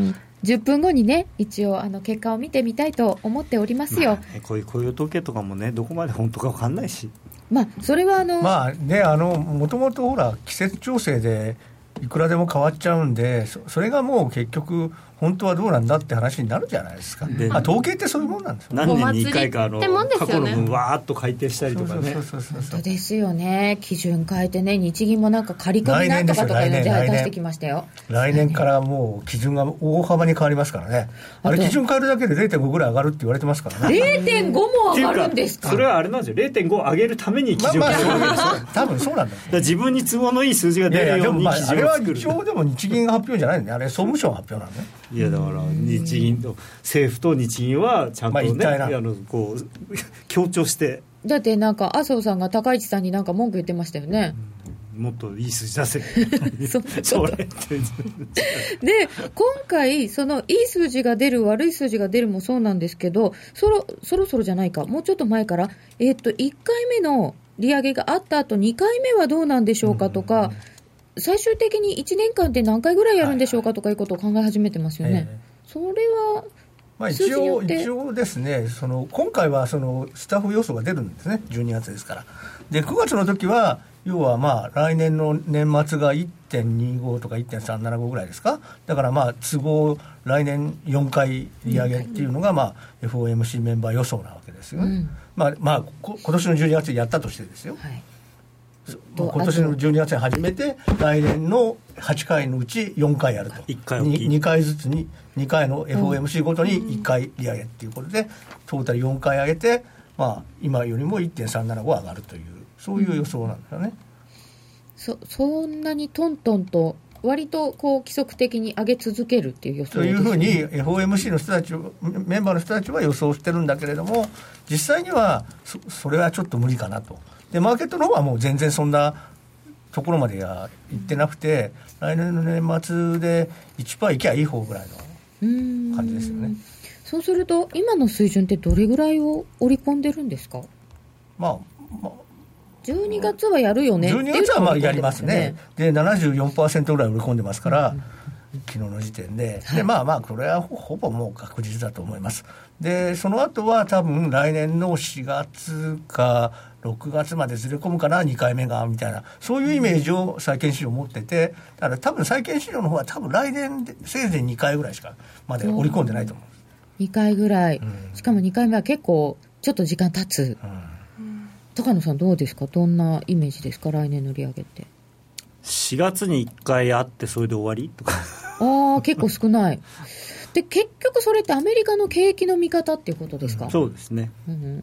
10分後にね一応結果を見てみたいと思っておりますよ、 こういう雇用統計とかもねどこまで本当か分かんないし、 それはまあねもともとほら季節調整でいくらでも変わっちゃうんで、それがもう結局本当はどうなんだって話になるじゃないですか。統計ってそういうもんなんですよ。 何年に1回か過去の分わーっと改定したりとかね。 そうですよね。基準変えてね、日銀もなんか刈り込みなんとかとかいうので出してきましたよ。 来年からもう基準が大幅に変わりますからね。あれ基準変えるだけで 0.5 ぐらい上がるって言われてますからね。 0.5 も上がるんですか。 それはあれなんですよ。0.5 上げるために基準変えるわけですよ。 多分そうなんだよ。 自分に都合のいい数字が出るように基準を作る。 あれは一応でも日銀が発表じゃないんで、あれ総務省の発表なんで、ね。 いやだから日銀と政府と日銀はちゃんとね、こう強調して。 だってなんか麻生さんが高市さんになんか文句言ってましたよね。 もっといい数字出せそれで今回そのいい数字が出る悪い数字が出るもそうなんですけど、そろそろじゃないか、もうちょっと前から1回目の利上げがあった後2回目はどうなんでしょうかとか、最終的に1年間で何回ぐらいやるんでしょうかとかいうことを考え始めてますよね。それは一応ですね、今回はスタッフ予想が出るんですね、12月ですから。で9月の時は要は来年の年末が 1.25 とか 1.375 ぐらいですか。だから都合来年4回利上げっていうのがFOMC メンバー予想なわけですよね。今年の12月にやったとしてですよ、今年の12月に始めて来年の8回のうち4回やると、2回ずつに2回の FOMC ごとに1回利上げっていうことで、トータル4回上げて、今よりも 1.375 上がるという、そういう予想なんですよね。 そんなにトントンと割と規則的に上げ続けるっていう予想ですね。というふうに FOMC の人たちメンバーの人たちは予想してるんだけれども、実際には それはちょっと無理かなと。でマーケットの方はもう全然そんなところまでは行ってなくて、来年の年末で 1% いけばいい方ぐらいの感じですよね。 そうすると今の水準ってどれぐらいを織り込んでるんですか。12月はやるよね。 12月はやりますね。で 74% ぐらい織り込んでますから、昨日の時点で、でこれはほぼもう確実だと思います。でその後は多分来年の4月か6月までずれ込むかな、2回目がみたいな、そういうイメージを債券市場持ってて、だから多分債券市場の方は多分来年でせいぜい2回ぐらいしかまで織り込んでないと思う。 2回ぐらい、しかも2回目は結構ちょっと時間経つ、高野さんどうですか、どんなイメージですか、来年の利上げって。 4月に1回あってそれで終わりとか結構少ないで、結局それってアメリカの景気の見方っていうことですか。 そうですね、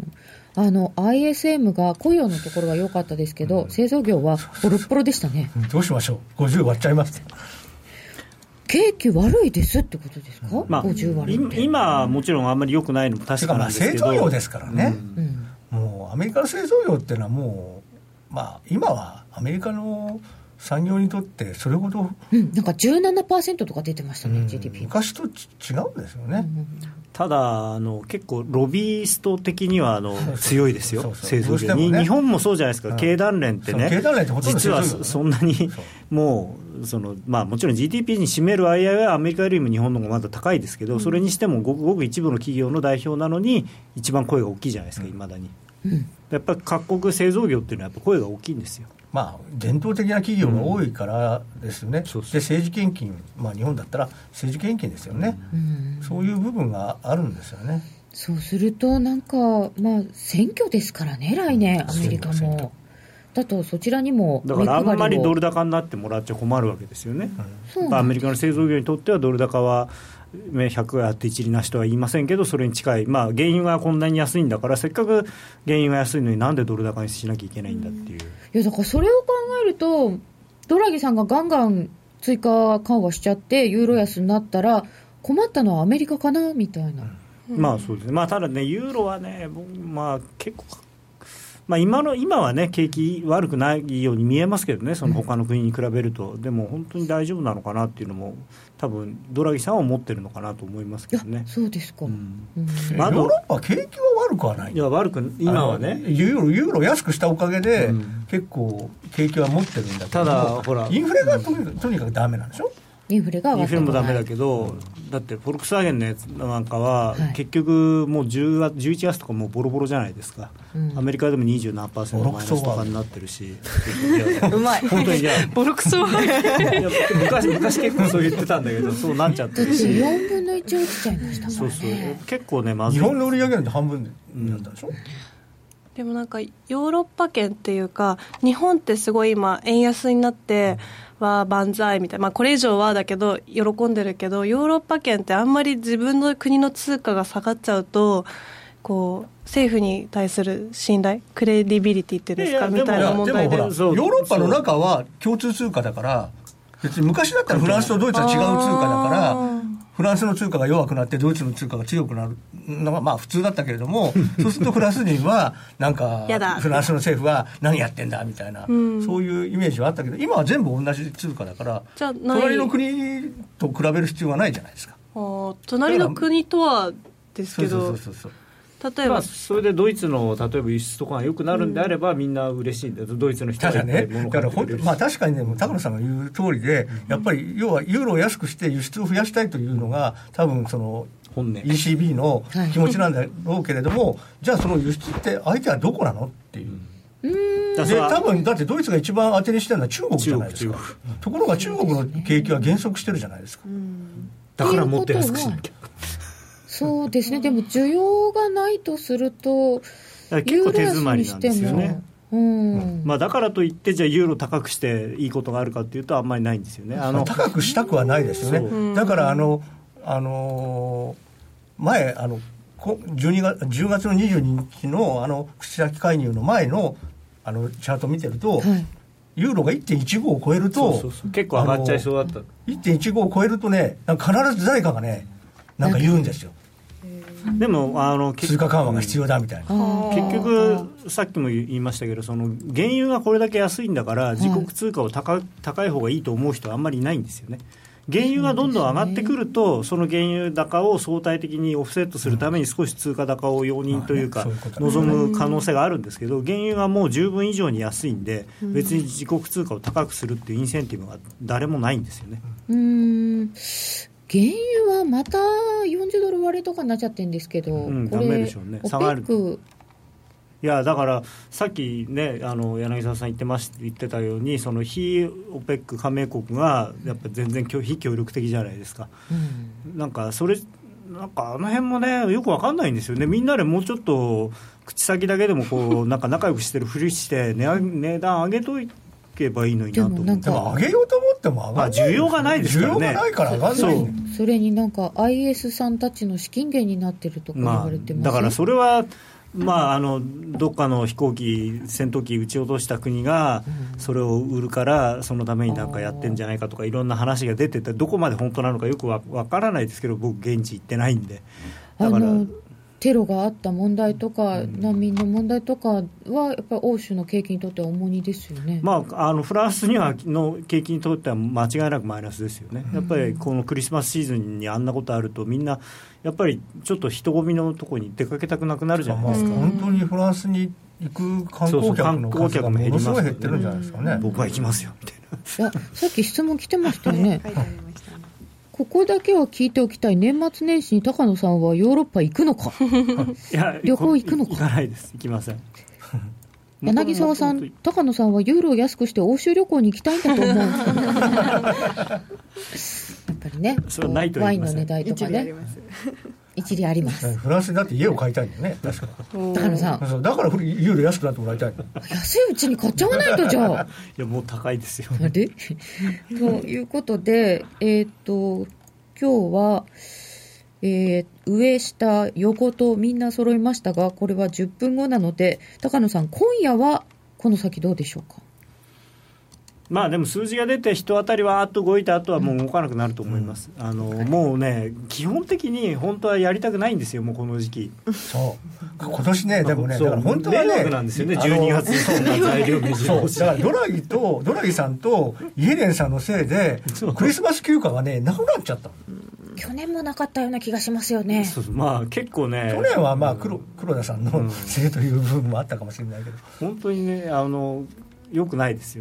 ISM が雇用のところは良かったですけど、製造業はボロッボロでしたね。 どうしましょう、50割っちゃいます景気悪いですってことですか、50割って。 今もちろんあんまり良くないのも確かなんですけど、 製造業ですからね、もうアメリカの製造業っていうのはもう、今はアメリカの産業にとってそれほど、 なんか 17% とか出てましたね、GDP。 昔と違うんですよね。 ただ結構ロビースト的には強いですよ、製造業に、日本もそうじゃないですか、経団連ってね、実はそんなにもうもちろん GDP に占める割合はアメリカよりも日本の方がまだ高いですけど、それにしてもごくごく一部の企業の代表なのに一番声が大きいじゃないですか、いまだに。やっぱり各国製造業っていうのはやっぱ声が大きいんですよ。 伝統的な企業が多いからですよね。で政治献金、日本だったら政治献金ですよね、そういう部分があるんですよね。 そうするとなんか選挙ですからね、来年アメリカもだとそちらにもだからあんまりドル高になってもらっちゃ困るわけですよね、アメリカの製造業にとってはドル高は100があって一理なしとは言いませんけど、それに近い、原油がこんなに安いんだから、せっかく原油が安いのになんでドル高にしなきゃいけないんだっていう。 いやだからそれを考えると、ドラギさんがガンガン追加緩和しちゃってユーロ安になったら困ったのはアメリカかなみたいな。 そうですね。ただね、ユーロはね、結構今はね景気悪くないように見えますけどね、その他の国に比べると、でも本当に大丈夫なのかなっていうのも多分ドラギさんは思ってるのかなと思いますけどね。 そうですか、 ヨーロッパ景気は悪くはない。 いや今はねユーロ安くしたおかげで、結構景気は持ってるんだけど、ただほらインフレがとにかくダメなんでしょ。 インフレが上がってこない。 インフレもダメだけど、だってフォルクスワーゲンのやつなんかは、結局もう11月とかもうボロボロじゃないですか、アメリカでも20何%マイナスとかになってるしうまい本当にボロクソ昔結構そう言ってたんだけどそうなっちゃってるし 4分の1落ちちゃいましたもんね。 そう結構ねまずい。 日本の売り上げなんて半分になったでしょ、 でもなんかヨーロッパ圏っていうか日本ってすごい今円安になっては万歳みたいな、これ以上はだけど喜んでるけど、ヨーロッパ圏ってあんまり自分の国の通貨が下がっちゃうとこう政府に対する信頼クレディビリティっていうんですかみたいな問題で、 ヨーロッパの中は共通通貨だから、別に昔だったらフランスとドイツは違う通貨だからフランスの通貨が弱くなってドイツの通貨が強くなるのが普通だったけれどもそうするとフランス人はなんかフランスの政府は何やってんだみたいな、そういうイメージはあったけど、今は全部同じ通貨だから隣の国と比べる必要はないじゃないですか。 隣の国とはですけど、例えば、 それでドイツの例えば輸出とかが良くなるんであれば、みんな嬉しいんだよ、ドイツの人はただね、だから確かにね、高野さんが言う通りで、やっぱり要はユーロを安くして輸出を増やしたいというのが多分そのECB の気持ちなんだろうけれども、じゃあその輸出って相手はどこなのっていう。で多分だってドイツが一番当てにしてるのは中国じゃないですか。ところが中国の景気は減速してるじゃないですか。 だからもっと安くしなきゃ。 そうですね。でも需要がないとすると結構手詰まりなんですよね。だからといってじゃあユーロ高くしていいことがあるかっていうとあんまりないんですよね。 高くしたくはないですよね。だから前10月の22日の口先介入の前のチャート見てると、ユーロが 1.15 を超えると結構上がっちゃいそうだった。 1.15 を超えるとね、必ず誰かがねなんか言うんですよ。 でも通貨緩和が必要だみたいな。 結局さっきも言いましたけど、その原油がこれだけ安いんだから自国通貨を高い方がいいと思う人はあんまりいないんですよね。原油がどんどん上がってくると、その原油高を相対的にオフセットするために少し通貨高を容認というか望む可能性があるんですけど、原油がもう十分以上に安いんで別に自国通貨を高くするっていうインセンティブが誰もないんですよね。 原油はまた40ドル割れとかになっちゃってるんですけど、これダメでしょうね。下がる。いやだからさっきね柳沢さん言ってたように、その非OPEC加盟国がやっぱ全然非協力的じゃないですか。なんかあの辺もねよく分かんないんですよね。みんなでもうちょっと口先だけでもこうなんか仲良くしてるふりして値段上げといけばいいのになと思って。 でも上げようと思っても上がらない。 需要がないですからね。 需要がないから上がらない。 それになんか IS さんたちの資金源になってるとか言われてます。 だからそれはどっかの戦闘機撃ち落とした国がそれを売るからそのためになんかやってんじゃないかとかいろんな話が出てて、どこまで本当なのかよくわからないですけど、僕現地行ってないんで。だからテロがあった問題とか、難民の問題とかはやっぱり欧州の景気にとっては重荷ですよね。 フランスの景気にとっては間違いなくマイナスですよね。やっぱりこのクリスマスシーズンにあんなことあるとみんなやっぱりちょっと人混みのところに出かけたくなくなるじゃないですか。 本当にフランスに行く観光客の数がものすごい減ってるんじゃないですかね。 僕は行きますよみたいな。 さっき質問来てましたよね。ここだけは聞いておきたい。年末年始に高野さんはヨーロッパ行くのかいや旅行行くのか。 行かないです。行きません。 柳沢さん、高野さんはユーロを安くして欧州旅行に行きたいんだと思うやっぱりね、 それはないとワインの値段とかね一理あります。 フランスにだって家を買いたいんだよね、確か高野さん。 だからユーロ安くなってもらいたいの。 安いうちに買っちゃわないと。じゃあいやもう高いですよ。 でということで今日は、上下横とみんな揃いましたが、これは10分後なので高野さん、今夜はこの先どうでしょうか。 でも数字が出て人当たりはあっと動いた後はもう動かなくなると思います。もうね基本的に本当はやりたくないんですよ、もうこの時期。 そう今年ね、でもね、だから本当はね迷惑なんですよね、12月の材料目白押し。 だからドラギさんとイエレンさんのせいでクリスマス休暇がねなくなっちゃった。 去年もなかったような気がしますよね。 結構ね、 去年は黒田さんのせいという部分もあったかもしれないけど、 本当にね良くないですよね。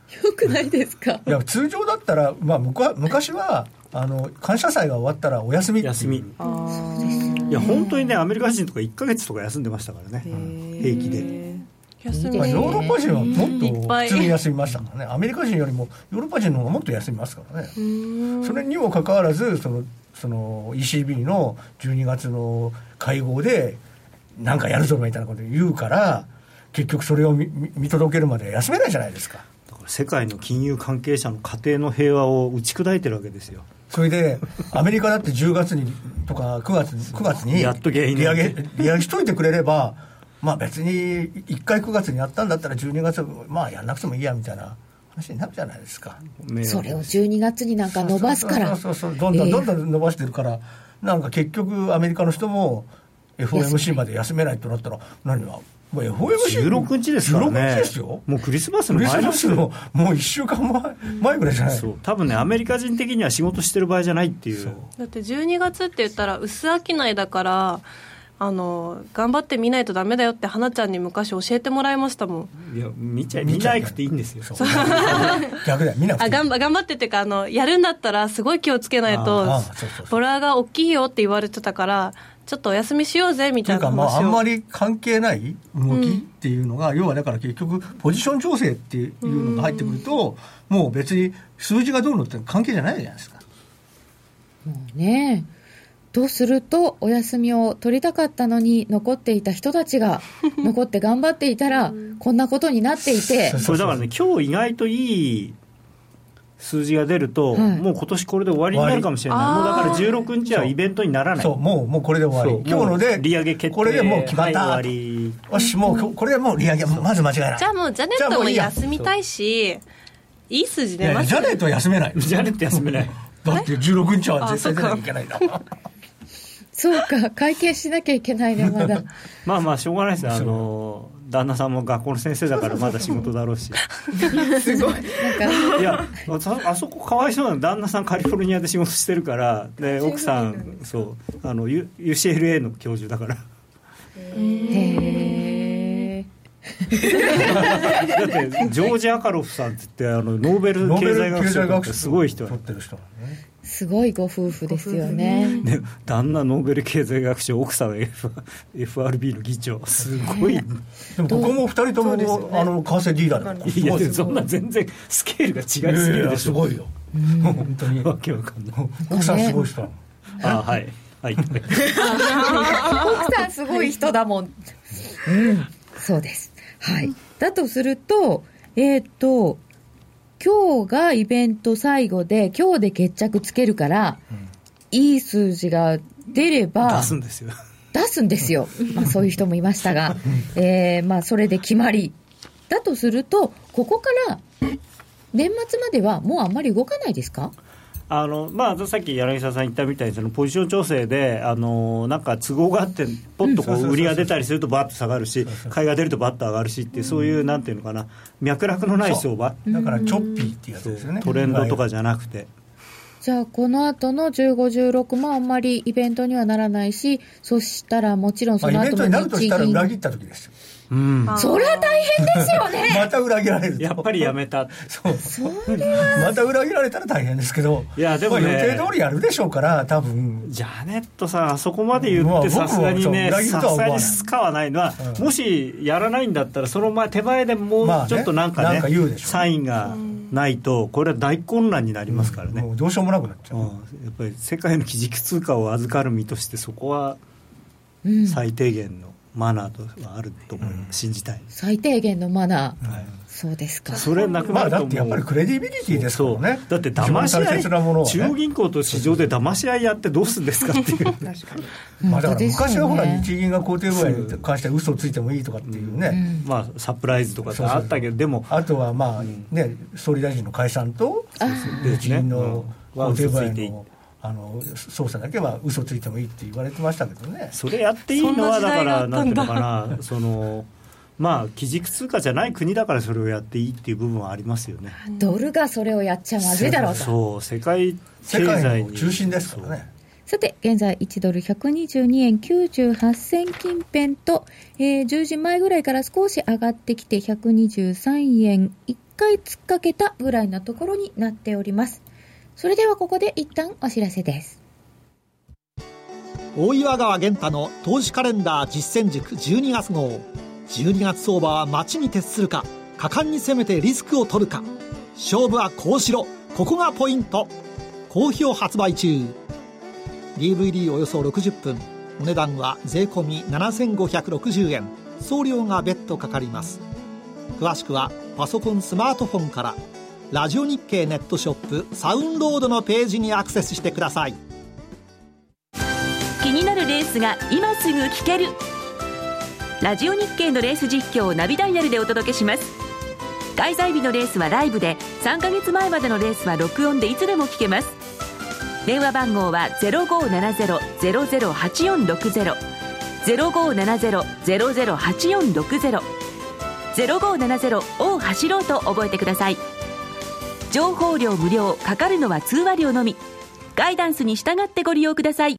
よくないですか。 いや通常だったら、昔は感謝祭が終わったらお休みっていう。 休み。いや本当にね、アメリカ人とか1ヶ月とか休んでましたからね、平気で。 ヨーロッパ人はもっと普通に休みましたからね。アメリカ人よりもヨーロッパ人の方がもっと休みますからね。それにもかかわらずその ECB の12月の会合でなんかやるぞみたいなことを言うから、結局それを 見届けるまで休めないじゃないですか。 だから世界の金融関係者の家庭の平和を打ち砕いてるわけですよ。 それでアメリカだって10月にとか9月にやっと利上げしといてくれれば、別に1回9月にやったんだったら12月やんなくてもいいやみたいな話になるじゃないですか。 それを12月になんか伸ばすから、 どんどん伸ばしてるから、なんか結局アメリカの人も FOMC まで休めないとなったら、何はもう FOMC 16日ですからね。 16日ですよ。 もうクリスマスの前のもう1週間前ぐらいじゃない。 そう、多分ね、アメリカ人的には仕事してる場合じゃないっていう。 だって12月って言ったら薄商いだから、頑張って見ないとダメだよって花ちゃんに昔教えてもらいましたもん。 いや見なくていいんですよ。 逆だよ、見なくていい。 頑張ってっていうか、やるんだったらすごい気をつけないとボラが大きいよって言われてたから、ちょっとお休みしようぜみたいな話を。 あんまり関係ない動きっていうのが、要はだから結局ポジション調整っていうのが入ってくると、もう別に数字がどうのって関係じゃないじゃないですか。 もうね、とするとお休みを取りたかったのに残っていた人たちが残って頑張っていたらこんなことになっていてそれだからね、今日意外といい数字が出ると、もう今年これで終わりになるかもしれない。もうだから16日はイベントにならない。 そう、もうこれで終わり。今日ので利上げ決定、 これでもう決まった、 終わり。 よし、もうこれでもう利上げまず間違いない。 じゃあもうジャネットも休みたいし、いい数字出ます。 ジャネットは休めない。 ジャネット休めないだって16日は絶対出なきゃいけないんだ。 そうか、会見しなきゃいけないね、まだ。 しょうがないですよ。旦那さんも学校の先生だからまだ仕事だろうしすごい。 いや、あそこかわいそうなの。旦那さんカリフォルニアで仕事してるから、で奥さんUCLA の教授だから。 へだってジョージ・アカロフさんって言ってノーベル経済学賞ってすごい人取ってる人なんね。 すごいご夫婦ですよね。 で旦那ノーベル経済学賞、奥さんは FRB の議長、すごい。でもここも2人とも、ね、為替ディーラーだから。 いやそんな全然スケールが違いすぎるでしょ。 すごいよ本当に。 わけわかんない。 奥さんすごい人だもん。 はい奥さんすごい人だもん。そうです。はい。だとすると今日がイベント最後で今日で決着つけるから、いい数字が出れば出すんですよ。 そういう人もいましたが、それで決まりだとすると、ここから年末まではもうあんまり動かないですか？ さっき柳沢さん言ったみたいに、そのポジション調整でなんか都合があってポッと売りが出たりするとバッと下がるし、買いが出るとバッと上がるしっていう、そういうなんていうのかな、脈絡のない相場だからチョッピーっていうやつですよね。 トレンドとかじゃなくて、 じゃあこの後の15、16もあんまりイベントにはならないし、そしたらもちろんその後もイベントになるとしたら裏切った時ですよ。 それは大変ですよね。 また裏切られるとやっぱりやめた。 また裏切られたら大変ですけど、 いやでも、 予定通りやるでしょうから。多分ジャネットさんあそこまで言ってさすがにね、さすがに使わないのは、もしやらないんだったらその手前でもうちょっとなんかね、サインがないとこれは大混乱になりますからね。 もうどうしようもなくなっちゃう。 やっぱり世界の基軸通貨を預かる身として、そこは最低限のマナーとはあると思います。信じたい。 最低限のマナー、そうですか。 それなくなるとだってやっぱりクレディビリティですからね。 だって騙し合い、中央銀行と市場で騙し合いやってどうするんですかっていう。確かに。だから昔はほら日銀が公定具合に関して嘘をついてもいいとかっていうね、 サプライズとかってあったけど、でもあとは総理大臣の解散と日銀の公定具合の操作だけは嘘ついてもいいって言われてましたけどね。 それやっていいのはだからなんていうのかな、基軸通貨じゃない国だからそれをやっていいっていう部分はありますよね。 ドルがそれをやっちゃまずいだろうと。 そう、世界経済の中心ですからね。 さて現在1ドル122円98銭近辺と、10時前ぐらいから少し上がってきて123円回突っかけたぐらいなところになっております。それではここで一旦お知らせです。 大岩川源太の投資カレンダー実践塾12月号。12月相場は待ちに徹するか、果敢に攻めてリスクを取るか、勝負はこうしろ、ここがポイント。好評発売中。 DVD およそ60分、お値段は税込み7560円、送料が別途かかります。詳しくはパソコンスマートフォンからラジオ日経ネットショップサウンロードのページにアクセスしてください。 気になるレースが今すぐ聞ける。ラジオ日経のレース実況をナビダイヤルでお届けします。開催日のレースはライブで、3ヶ月前までのレースは録音でいつでも聞けます。電話番号は 0570-008460 0570-008460 0570を走ろうと覚えてください。情報料無料、かかるのは通話料のみ。ガイダンスに従ってご利用ください。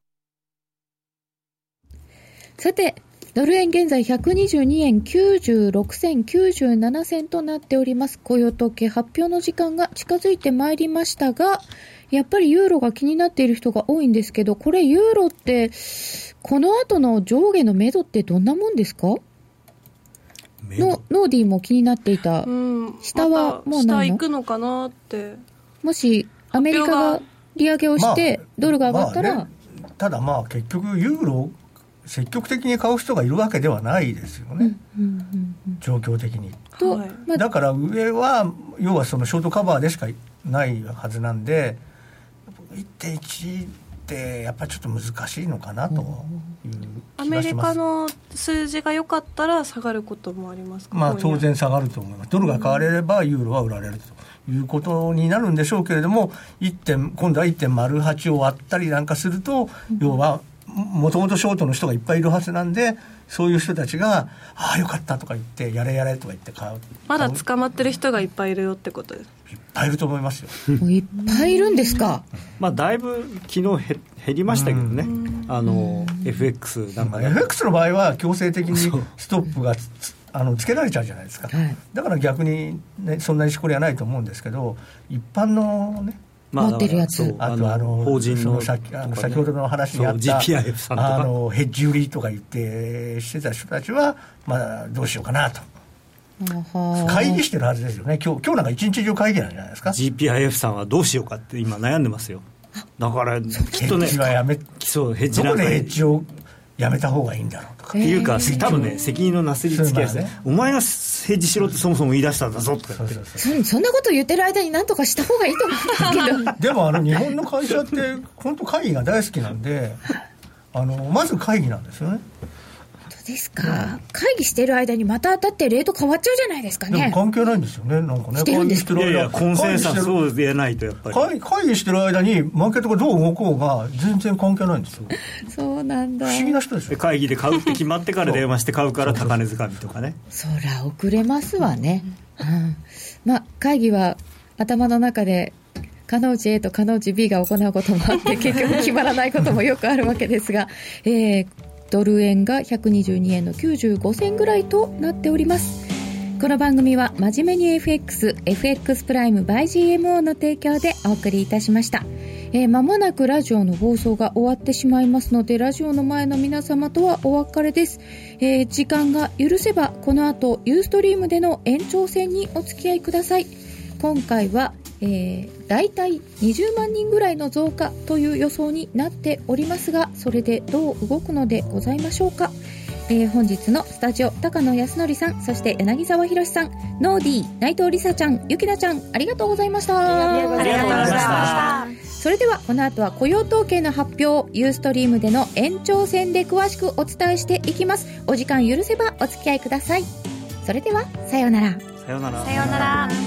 さて、ドル円現在122円96銭97銭となっております。雇用統計発表の時間が近づいてまいりましたが、やっぱりユーロが気になっている人が多いんですけど、これユーロってこの後の上下の目処ってどんなもんですか？ノーディーも気になっていた、下はもうないの？ 下行くのかなって。 もしアメリカが利上げをして、ドルが上がったら、 ただ結局ユーロ積極的に買う人がいるわけではないですよね、状況的に、だから上は要はそのショートカバーでしかないはずなんで、 1.1 ってやっぱりちょっと難しいのかなという気がします。 アメリカの数字が良かったら下がることもありますか？ 当然下がると思います。ドルが買われればユーロは売られるということになるんでしょうけれども、今度は 1.08 を割ったりなんかすると、要はもともとショートの人がいっぱいいるはずなんで、そういう人たちがああよかったとか言ってやれやれとか言って買う。 まだ捕まってる人がいっぱいいるよってことです。 いっぱいいると思いますよ。 いっぱいいるんですか？ だいぶ昨日減りましたけどね、FX なんか、ね、 FX の場合は強制的にストップがつけられちゃうじゃないですか、だから逆に、ね、そんなにしこりはないと思うんですけど、一般のね持ってるやつ、 あと法人の先ほどの話にあった GPIF さんとかヘッジ売りとか言ってしてた人たちはどうしようかなと会議してるはずですよね。今日なんか一日中会議なんじゃないですか。 GPIF さんはどうしようかって今悩んでますよ。だからきっとね、 ヘッジはやめヘッジなんかどこでヘッジをやめた方がいいんだろうとかっていうか、多分ね、責任のなすりつけやすい、お前がヘッジしろってそもそも言い出したんだぞとか言って、 そんなこと言ってる間に何とかした方がいいと思うんですけどでも日本の会社って本当会議が大好きなんでまず会議なんですよね。 本当ですか？会議してる間にまただってレート変わっちゃうじゃないですかね。 でも関係ないんですよね。なんかね、 してるんですか？ いやコンセンサスをやないとやっぱり会議してる間にマーケットがどう動こうが全然関係ないんですよ。 そうなんだ。 不思議な人でしょ。 会議で買うって決まってから電話して買うから高値掴みとかね。 そら遅れますわね、会議は頭の中で加納内 A と加納内 B が行うこともあって結局決まらないこともよくあるわけですが、ドル円が122円の95銭ぐらいとなっております。この番組は真面目に FX プライム by GMO の提供でお送りいたしました。間もなくラジオの放送が終わってしまいますので、ラジオの前の皆様とはお別れです。時間が許せばこの後ユーストリームでの延長戦にお付き合いください。今回はだいたい20万人ぐらいの増加という予想になっておりますが、それでどう動くのでございましょうか。本日のスタジオ高野康則さん、そして柳沢博さん、ノーディー、内藤梨沙ちゃん、ゆきなちゃん、ありがとうございました。 ありがとうございました。 それではこの後は雇用統計の発表、ユーストリームでの延長戦で詳しくお伝えしていきます。お時間許せばお付き合いください。それではさようなら。 さようなら。 さようなら。